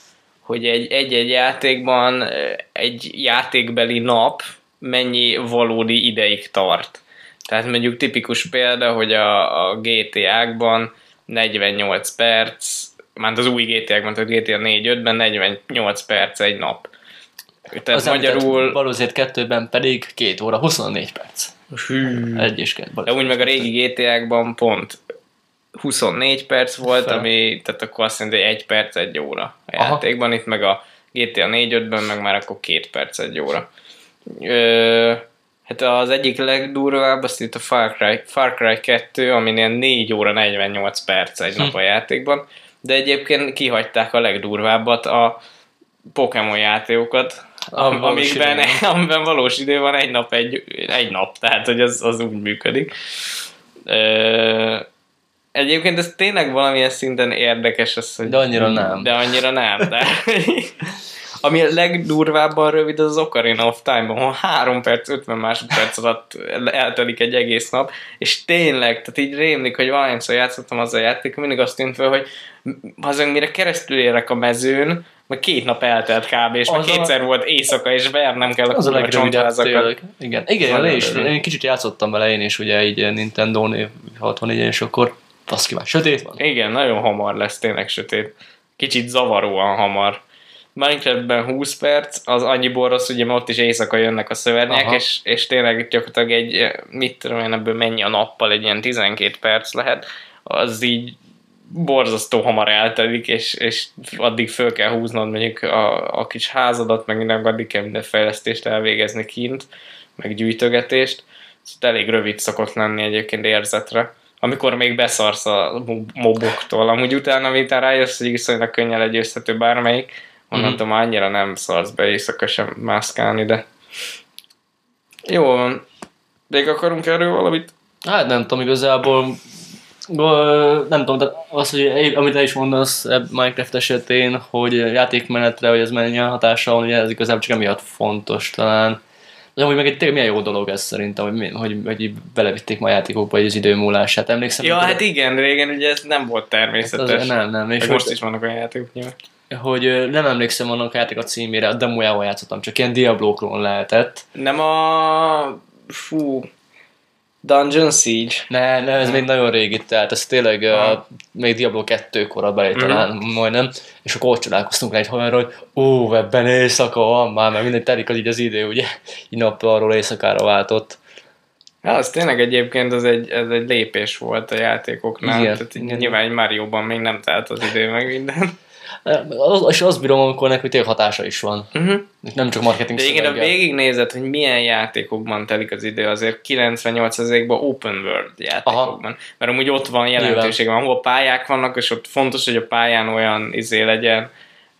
hogy egy játékban egy játékbeli nap mennyi valódi ideig tart. Tehát mondjuk tipikus példa, hogy a GTA-kban 48 perc, már az új GTA-kban, tehát GTA 4-5-ben 48 perc egy nap. Tehát az magyarul... Valószínűleg 2-ben pedig 2 óra 24 perc. Egy és két. De úgy meg a régi GTA-kban pont 24 perc volt, ami, tehát akkor azt jelenti, hogy 1 perc 1 óra a játékban, itt meg a GTA 4-5-ben meg már akkor 2 perc 1 óra. Hát az egyik legdurvább, azt itt a Far Cry 2, aminél 4 óra 48 perc egy nap a játékban, de egyébként kihagyták a legdurvábbat, a Pokémon játékokat, amiben valós idő van egy nap, tehát hogy az úgy működik. Egyébként ez tényleg valamilyen szinten érdekes az, hogy... De annyira nem. De ami a legdurvábban rövid, az Ocarina of Time-ban, ahol 3 perc, 50 másodperc alatt eltelik egy egész nap, és tényleg, tehát így rémlik, hogy valahányszor játszottam azzal a játékon, mindig azt tűnt fel, hogy azon mire keresztül érek a mezőn, meg 2 nap eltelt kb. És meg kétszer volt éjszaka, és vernem kell a kurva csontvázakat. Igen, én kicsit játszottam vele én is, ugye így Nintendo 64-en, és akkor baszki már, sötét van. Igen, nagyon hamar lesz, tényleg sötét. Kicsit zavaróan hamar. Minecraftben 20 perc, az annyiból rossz, ugye, mert ott is éjszaka jönnek a szövernyak, és tényleg gyakorlatilag egy, mit tudom én, ebből mennyi a nappal, egy ilyen 12 perc lehet, az így borzasztó hamar eltelik, és addig föl kell húznod mondjuk a kis házadat, meg minden, addig kell minden fejlesztést elvégezni kint, meg gyűjtögetést. Szóval elég rövid szokott lenni egyébként érzetre. Amikor még beszarsz a moboktól, amúgy utána, miután rájössz, hogy viszonylag könnyen legyőzhető bármelyik, onnantól már annyira nem szarsz be éjszaka sem mászkálni, de jó van. Még akarunk erről valamit? Hát nem tudom, igazából nem tudom, de az, hogy amit te is mondasz Minecraft esetén, hogy játékmenetre, hogy ez milyen hatással van, ugye ez igazából csak emiatt fontos talán. De amúgy meg egy tényleg milyen jó dolog ez szerintem, hogy belevitték ma a játékokba az idő múlását. Emlékszem? Ja, hát igen, régen ugye ez nem volt természetes. Hát nem. És most is vannak olyan játékok nyilván. Hogy nem emlékszem annak a játék a címére, a demójával játszottam, csak ilyen Diablo klón lehetett. Nem a... Dungeon Siege? Ne, ez még nagyon régi, tehát ez tényleg még Diablo 2-kor belé talán majdnem, és akkor ott csodálkoztunk rá egy haverra, hogy ebben éjszaka van már, mert mindegy telik az így az idő, ugye, így nappalról éjszakára váltott. Ja, az tényleg egyébként ez egy lépés volt a játékoknál, igen, tehát igen. Nyilván egy Mario-ban még nem telt az idő meg minden. És azt bírom, amikor neki tényleg hatása is van. Nem csak marketing szöveggel. De igen, végignézed, hogy milyen játékokban telik az idő, azért 98%-ban open world játékokban. Mert amúgy ott van jelentőség, ahol pályák vannak, és ott fontos, hogy a pályán olyan legyen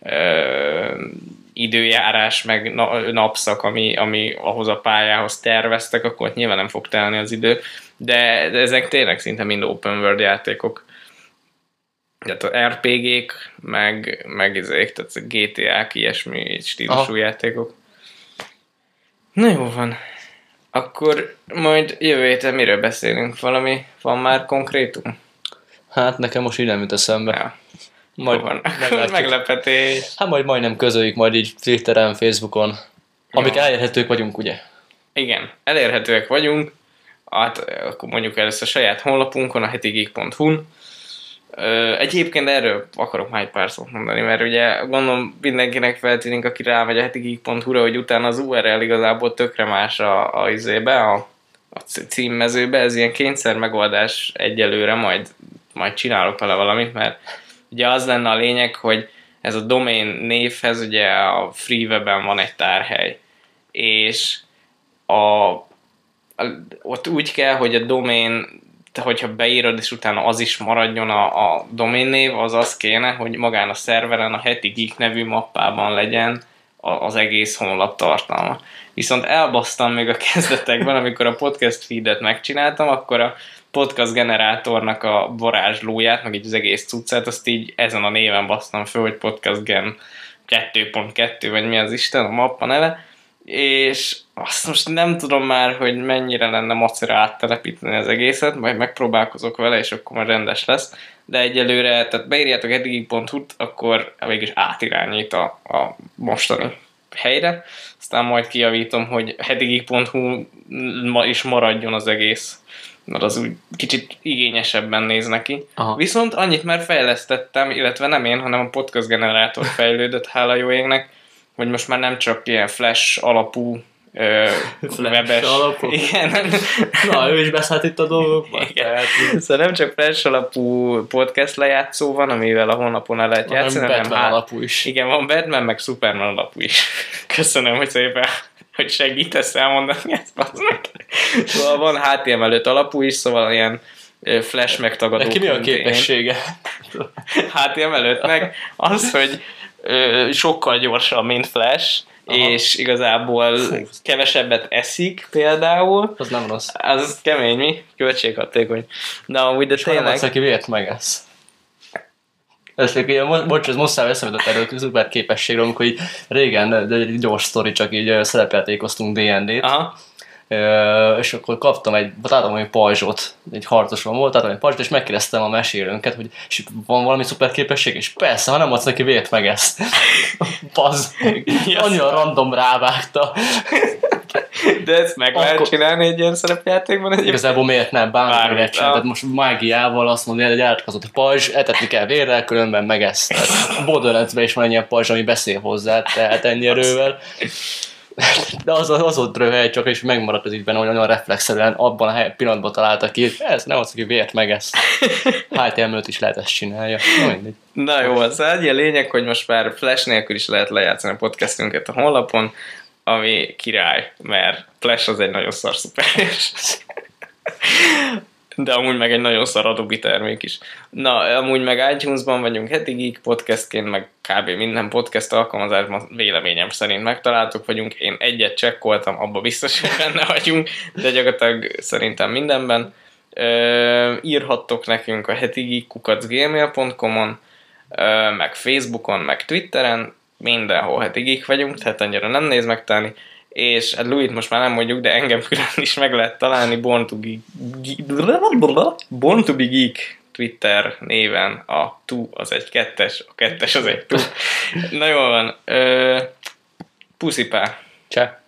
időjárás, meg napszak, ami ahhoz a pályához terveztek, akkor ott nyilván nem fog telni az idő. De ezek tényleg szinte mind open world játékok. Tehát az RPG-k, meg ezek, tehát a GTA-k, ilyesmi stílusú játékok. Na jó van. Akkor majd jövő héten miről beszélünk? Valami van már konkrétum? Hát nekem most így nem jut eszembe. Ja. Majd van. Meglepetés. Hát majd majdnem közöljük majd így Twitteren, Facebookon. Amik elérhetők vagyunk, ugye? Igen, elérhetőek vagyunk. Hát akkor mondjuk először a saját honlapunkon, a hetigeek.hu-n. Egyébként erről akarok már egy pár szót mondani, mert ugye gondolom mindenkinek feltűnik, aki rámegy a hetigeek.hu-ra, hogy utána az URL igazából tökre más a címmezőbe, ez ilyen kényszer megoldás egyelőre, majd csinálok vele valamit, mert ugye az lenne a lényeg, hogy ez a domain névhez ugye a FreeWeb-en van egy tárhely, és ott úgy kell, hogy a domain, hogyha beírod, és utána az is maradjon a domain név, az kéne, hogy magán a szerveren a Heti Geek nevű mappában legyen az egész honlap tartalma. Viszont elbasztam még a kezdetekben, amikor a podcast feedet megcsináltam, akkor a podcast generátornak a varázslóját, meg így az egész cuccát, azt így ezen a néven basztam föl, hogy podcast gen 2.2, vagy mi az Isten, a mappa neve, és azt most nem tudom már, hogy mennyire lenne macera áttelepíteni az egészet, majd megpróbálkozok vele, és akkor már rendes lesz, de egyelőre, tehát beírjátok hetigig.hu-t, akkor végig átirányít a mostani helyre, aztán majd kijavítom, hogy hetigig.hu is maradjon az egész, mert az úgy kicsit igényesebben néz neki. Aha. Viszont annyit már fejlesztettem, illetve nem én, hanem a podcast generátor fejlődött, hála jó égnek, hogy most már nem csak ilyen flash alapú webes. Alapú? Igen. Na, ő is beszállt itt a dolgokba. Szóval nem csak flash alapú podcast lejátszó van, amivel a honlapon el lehet játszani, hanem Batman alapú is. Igen, van Batman, meg Superman alapú is. Köszönöm, hogy szépen, hogy segítesz elmondani ezt, bazd meg. Szóval van HTML5 alapú is, szóval ilyen flash megtagadó. Neki mi a képessége? HTML5-nek az, hogy sokkal gyorsabb, mint Flash, aha, és igazából kevesebbet eszik például. Az nem rossz. Az kemény, mi? Költséghatékony. Na, úgy, de és tényleg... És aki vért meg ezt. Ez muszáj eszembe erről a szuper képességről, amikor így régen, de egy gyors sztori, csak így szerepjátékoztunk D&D-t. Aha. És akkor kaptam egy pajzsot, egy harcoson volt, tehát egy pajzsot, és megkérdeztem a mesélőnket, hogy és van valami szuper képesség, és persze, ha nem adsz neki, vért meg ezt. Pazd, annyira random rávágta. De ezt meg lehet csinálni egy ilyen szerepjátékban egyébként? Igazából miért nem? Bármire csinál. Tehát most mágiával azt mondja, hogy egy átkozott a pajzs, etetni kell vérrel, különben megeszt. A Borderlands-ben is van egy ilyen pajzs, ami beszél hozzá, tehát ennyi erővel. De az volt röhely csak, és megmaradt az ügyben, hogy nagyon reflexzerűen abban a pillanatban találtak ki, ez nem az, aki vért meg ezt. HTML-t is lehet ezt csinálja. Na jó, az egy lényeg, hogy most már Flash nélkül is lehet lejátszani a podcastünket a honlapon, ami király, mert Flash az egy nagyon szar szuperhős. De amúgy meg egy nagyon szar Adobe termék is. Na, amúgy meg iTunes-ban vagyunk hetigig, podcastként, meg kb. Minden podcast alkalmazásban véleményem szerint megtaláltuk vagyunk. Én egyet csekkoltam, abba biztos, hogy benne vagyunk, de gyakorlatilag szerintem mindenben. Írhattok nekünk a hetigig@gmail.com-on, meg Facebookon, meg Twitteren, mindenhol hetigig vagyunk, tehát annyira nem néz megtalálni. És hát Louis-t most már nem mondjuk, de engem külön is meg lehet találni Born to be Geek Twitter néven. A tu az egy kettes, a kettes az egy tu. Na jól van. Puszipá. Cseh.